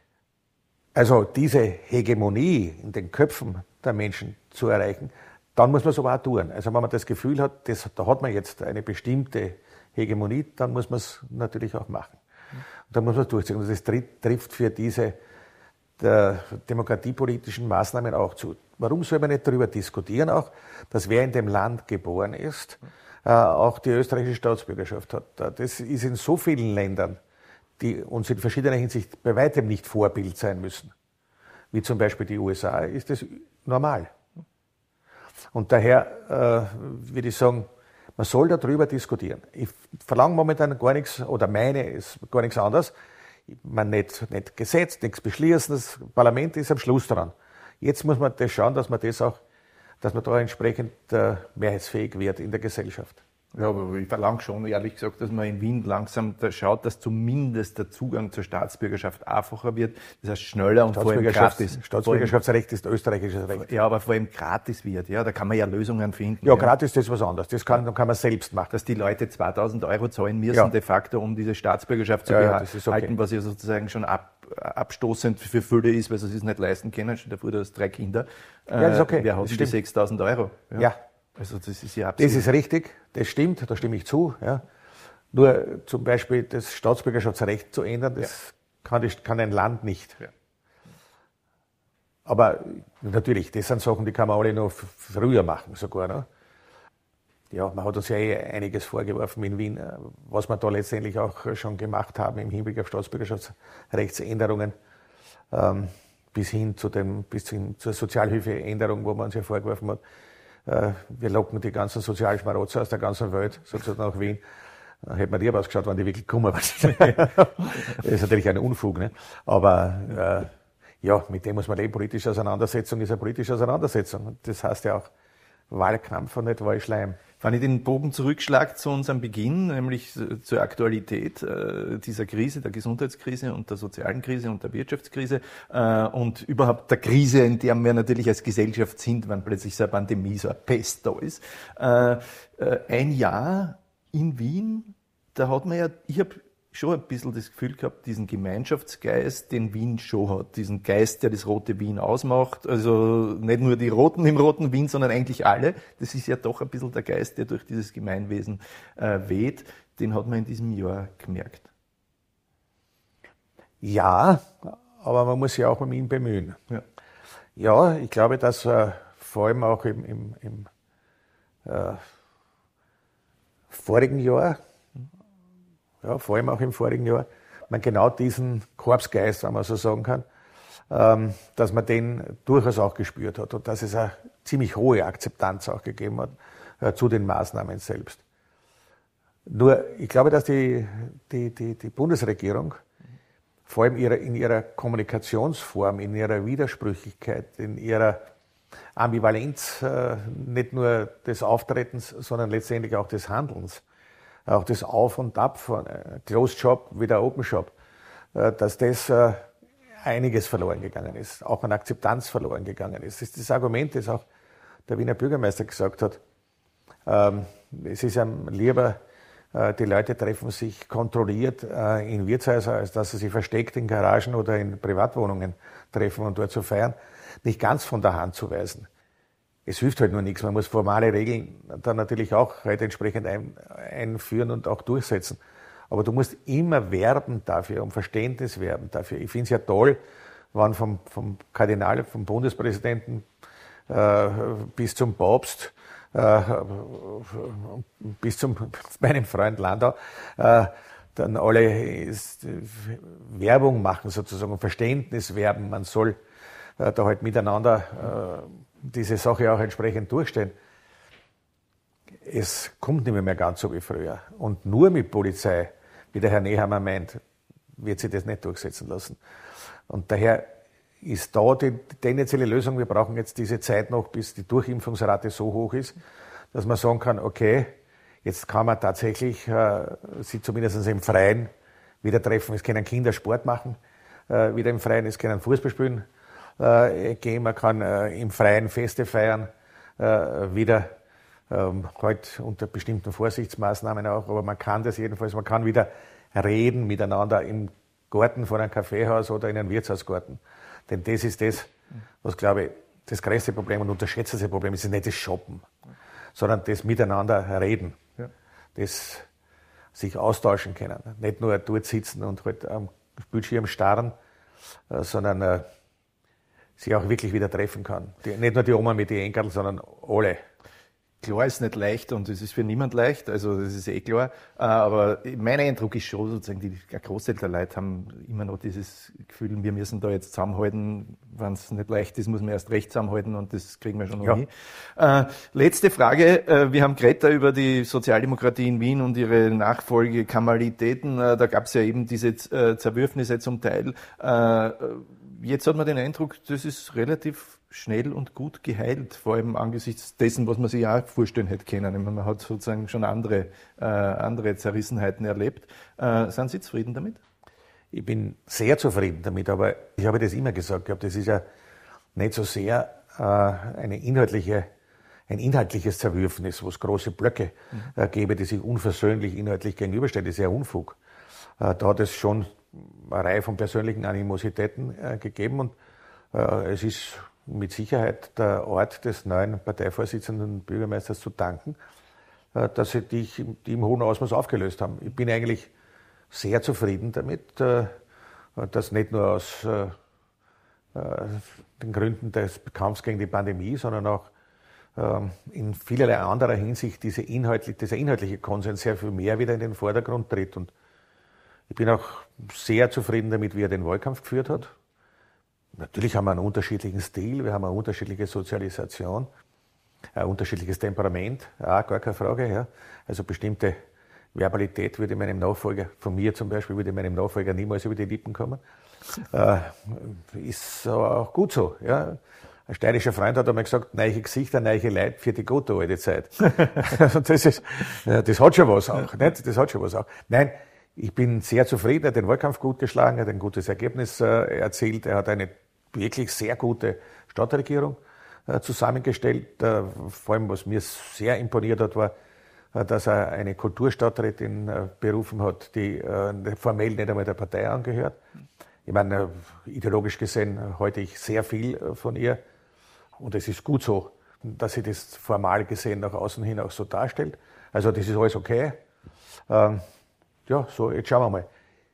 Also diese Hegemonie in den Köpfen der Menschen zu erreichen, dann muss man es aber auch tun. Also wenn man das Gefühl hat, das, da hat man jetzt eine bestimmte Hegemonie, dann muss man es natürlich auch machen. Und dann muss man es durchziehen. Und das trifft für diese der demokratiepolitischen Maßnahmen auch zu. Warum soll man nicht darüber diskutieren, auch, dass wer in dem Land geboren ist, äh, auch die österreichische Staatsbürgerschaft hat. Das ist in so vielen Ländern, die uns in verschiedener Hinsicht bei weitem nicht Vorbild sein müssen, wie zum Beispiel die U S A, ist das normal. Und daher äh, würde ich sagen, man soll darüber diskutieren. Ich verlange momentan gar nichts, oder meine ist gar nichts anderes. Man nicht, nicht Gesetz, nichts beschließen, das Parlament ist am Schluss dran. Jetzt muss man das schauen, dass man das auch, dass man da entsprechend äh, mehrheitsfähig wird in der Gesellschaft. Ja, aber ich verlange schon, ehrlich gesagt, dass man in Wien langsam da schaut, dass zumindest der Zugang zur Staatsbürgerschaft einfacher wird, das heißt schneller und vor allem gratis. Staatsbürgerschaftsrecht ist österreichisches Recht. Ja, aber vor allem gratis wird, ja, da kann man ja Lösungen finden. Ja, ja. Gratis, das ist was anderes, das kann, kann man selbst machen. Dass die Leute zweitausend Euro zahlen müssen, ja. de facto, um diese Staatsbürgerschaft zu ja, behalten, ja, okay. was ja sozusagen schon ab, abstoßend für viele ist, weil sie es nicht leisten können, schon davor, du hast drei Kinder. Ja, das ist okay. Wer hat die sechstausend Euro? Ja. ja. Also das ist ja absolut. Das ist richtig, das stimmt, da stimme ich zu. Ja. Nur zum Beispiel das Staatsbürgerschaftsrecht zu ändern, das ja. kann, das kann ein Land nicht. Ja. Aber natürlich, das sind Sachen, die kann man alle noch früher machen sogar. Ne? Ja, man hat uns ja eh einiges vorgeworfen in Wien, was wir da letztendlich auch schon gemacht haben im Hinblick auf Staatsbürgerschaftsrechtsänderungen, ähm, bis hin zu dem, bis hin zur Sozialhilfeänderung, wo man uns ja vorgeworfen hat. Wir locken die ganzen Sozialschmarotzer aus der ganzen Welt, sozusagen nach Wien. Da hätte man die aber ausgeschaut, wann die wirklich kommen. Das ist natürlich ein Unfug, ne? Aber äh, ja, mit dem muss man leben. Politische Auseinandersetzung ist eine politische Auseinandersetzung. Das heißt ja auch Wahlkampf und nicht Wahlschleim. Wenn ich den Bogen zurückschlage zu unserem Beginn, nämlich zur Aktualität äh, dieser Krise, der Gesundheitskrise und der sozialen Krise und der Wirtschaftskrise äh, und überhaupt der Krise, in der wir natürlich als Gesellschaft sind, wenn plötzlich so eine Pandemie, so eine Pest da ist. Äh, äh, ein Jahr in Wien, da hat man ja, ich habe schon ein bisschen das Gefühl gehabt, diesen Gemeinschaftsgeist, den Wien schon hat, diesen Geist, der das rote Wien ausmacht, also nicht nur die Roten im roten Wien, sondern eigentlich alle. Das ist ja doch ein bisschen der Geist, der durch dieses Gemeinwesen äh, weht. Den hat man in diesem Jahr gemerkt. Ja, aber man muss sich auch um ihn bemühen. Ja, ja, ich glaube, dass äh, vor allem auch im, im, im äh, vorigen Jahr, ja, vor allem auch im vorigen Jahr, man genau diesen Korpsgeist, wenn man so sagen kann, ähm, dass man den durchaus auch gespürt hat und dass es eine ziemlich hohe Akzeptanz auch gegeben hat äh, zu den Maßnahmen selbst. Nur, ich glaube, dass die, die, die, die Bundesregierung vor allem ihre, in ihrer Kommunikationsform, in ihrer Widersprüchlichkeit, in ihrer Ambivalenz, äh, nicht nur des Auftretens, sondern letztendlich auch des Handelns, auch das Auf und Ab von Closed Shop wieder Open Shop, dass das einiges verloren gegangen ist, auch an Akzeptanz verloren gegangen ist. Das ist das Argument, das auch der Wiener Bürgermeister gesagt hat. Es ist einem lieber, die Leute treffen sich kontrolliert in Wirtshäusern, als dass sie sich versteckt in Garagen oder in Privatwohnungen treffen und dort zu feiern, nicht ganz von der Hand zu weisen. Es hilft halt nur nichts. Man muss formale Regeln dann natürlich auch halt entsprechend ein, einführen und auch durchsetzen. Aber du musst immer werben dafür, um Verständnis werben dafür. Ich finde es ja toll, wenn vom, vom Kardinal, vom Bundespräsidenten äh, bis zum Papst, äh, bis zum meinem Freund Landau, äh, dann alle ist, Werbung machen sozusagen, Verständnis werben. Man soll äh, da halt miteinander äh, diese Sache auch entsprechend durchstehen. Es kommt nicht mehr ganz so wie früher. Und nur mit Polizei, wie der Herr Nehammer meint, wird sich das nicht durchsetzen lassen. Und daher ist da die tendenzielle Lösung, wir brauchen jetzt diese Zeit noch, bis die Durchimpfungsrate so hoch ist, dass man sagen kann, okay, jetzt kann man tatsächlich äh, sie zumindest im Freien wieder treffen. Es können Kinder Sport machen, äh, wieder im Freien, es können Fußball spielen, Äh, gehen, man kann äh, im Freien Feste feiern, äh, wieder ähm, halt unter bestimmten Vorsichtsmaßnahmen auch, aber man kann das jedenfalls, man kann wieder reden miteinander im Garten von einem Kaffeehaus oder in einem Wirtshausgarten. Denn das ist das, was, glaube ich, das größte Problem und unterschätzte Problem ist, ist nicht das Shoppen, sondern das Miteinander reden, ja. Das sich austauschen können. Nicht nur dort sitzen und halt am Bildschirm starren, äh, sondern äh, sie auch wirklich wieder treffen kann. Die, nicht nur die Oma mit den Enkeln, sondern alle. Klar ist nicht leicht und es ist für niemand leicht, also das ist eh klar. Aber mein Eindruck ist schon sozusagen, die ein Großteil der Leute haben immer noch dieses Gefühl, wir müssen da jetzt zusammenhalten. Wenn es nicht leicht ist, muss man erst recht zusammenhalten und das kriegen wir schon noch ja. nie. Äh, letzte Frage. Äh, wir haben geredet über die Sozialdemokratie in Wien und ihre Nachfolgekamalitäten. Äh, da gab es ja eben diese äh, Zerwürfnisse zum Teil. Äh, Jetzt hat man den Eindruck, das ist relativ schnell und gut geheilt, vor allem angesichts dessen, was man sich auch vorstellen hätte können. Man hat sozusagen schon andere, äh, andere Zerrissenheiten erlebt. Äh, sind Sie zufrieden damit? Ich bin sehr zufrieden damit, aber ich habe das immer gesagt gehabt, das ist ja nicht so sehr äh, eine inhaltliche, ein inhaltliches Zerwürfnis, wo es große Blöcke äh, gäbe, die sich unversöhnlich inhaltlich gegenüberstehen. Das ist ja Unfug. Äh, da hat es schon eine Reihe von persönlichen Animositäten äh, gegeben und äh, es ist mit Sicherheit der Ort des neuen Parteivorsitzenden Bürgermeisters zu danken, äh, dass sie die, die im hohen Ausmaß aufgelöst haben. Ich bin eigentlich sehr zufrieden damit, äh, dass nicht nur aus äh, äh, den Gründen des Kampfs gegen die Pandemie, sondern auch äh, in vielerlei anderer Hinsicht diese inhaltlich, dieser inhaltliche Konsens sehr viel mehr wieder in den Vordergrund tritt. Und ich bin auch sehr zufrieden damit, wie er den Wahlkampf geführt hat. Natürlich haben wir einen unterschiedlichen Stil, wir haben eine unterschiedliche Sozialisation, ein unterschiedliches Temperament, auch gar keine Frage. Ja. Also bestimmte Verbalität würde meinem Nachfolger, von mir zum Beispiel, würde meinem Nachfolger niemals über die Lippen kommen. äh, ist aber auch gut so. Ja. Ein steirischer Freund hat einmal gesagt, neue Gesichter, neue Leute für die gute alte Zeit. das ist, das hat schon was auch, nicht? Das hat schon was auch. Nein, ich bin sehr zufrieden, er hat den Wahlkampf gut geschlagen, er hat ein gutes Ergebnis äh, erzielt, er hat eine wirklich sehr gute Stadtregierung äh, zusammengestellt. Äh, vor allem, was mir sehr imponiert hat, war, äh, dass er eine Kulturstadträtin äh, berufen hat, die äh, formell nicht einmal der Partei angehört. Ich meine, äh, ideologisch gesehen äh, halte ich sehr viel äh, von ihr. Und es ist gut so, dass sie das formal gesehen nach außen hin auch so darstellt. Also das ist alles okay. Ähm, ja, so, jetzt schauen wir mal.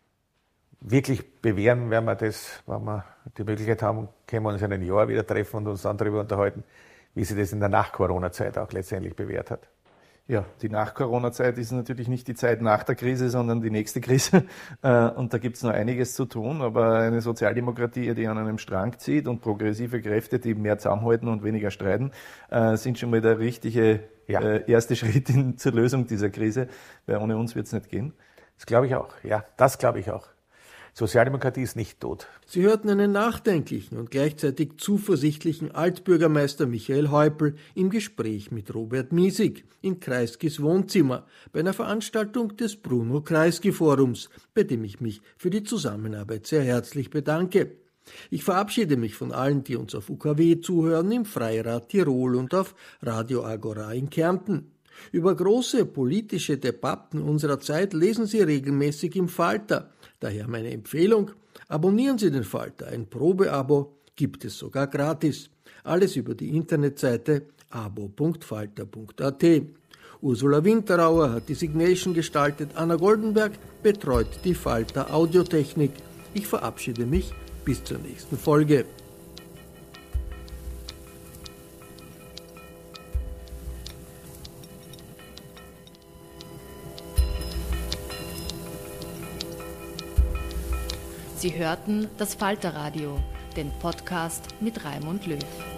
Wirklich bewähren werden wir das, wenn wir die Möglichkeit haben, können wir uns in einem Jahr wieder treffen und uns dann darüber unterhalten, wie sich das in der Nach-Corona-Zeit auch letztendlich bewährt hat. Ja, die Nach-Corona-Zeit ist natürlich nicht die Zeit nach der Krise, sondern die nächste Krise. Und da gibt es noch einiges zu tun, aber eine Sozialdemokratie, die an einem Strang zieht und progressive Kräfte, die mehr zusammenhalten und weniger streiten, sind schon mal der richtige ja. erste Schritt in, zur Lösung dieser Krise, weil ohne uns wird es nicht gehen. Das glaube ich auch, ja, das glaube ich auch. Sozialdemokratie ist nicht tot. Sie hörten einen nachdenklichen und gleichzeitig zuversichtlichen Altbürgermeister Michael Häupl im Gespräch mit Robert Miesig in Kreiskys Wohnzimmer bei einer Veranstaltung des Bruno Kreisky Forums, bei dem ich mich für die Zusammenarbeit sehr herzlich bedanke. Ich verabschiede mich von allen, die uns auf U K W zuhören, im Freirad Tirol und auf Radio Agora in Kärnten. Über große politische Debatten unserer Zeit lesen Sie regelmäßig im Falter. Daher meine Empfehlung, abonnieren Sie den Falter. Ein Probeabo gibt es sogar gratis. Alles über die Internetseite abo punkt falter punkt a t. Ursula Winterauer hat die Signation gestaltet, Anna Goldenberg betreut die Falter Audiotechnik. Ich verabschiede mich bis zur nächsten Folge. Sie hörten das Falterradio, den Podcast mit Raimund Löw.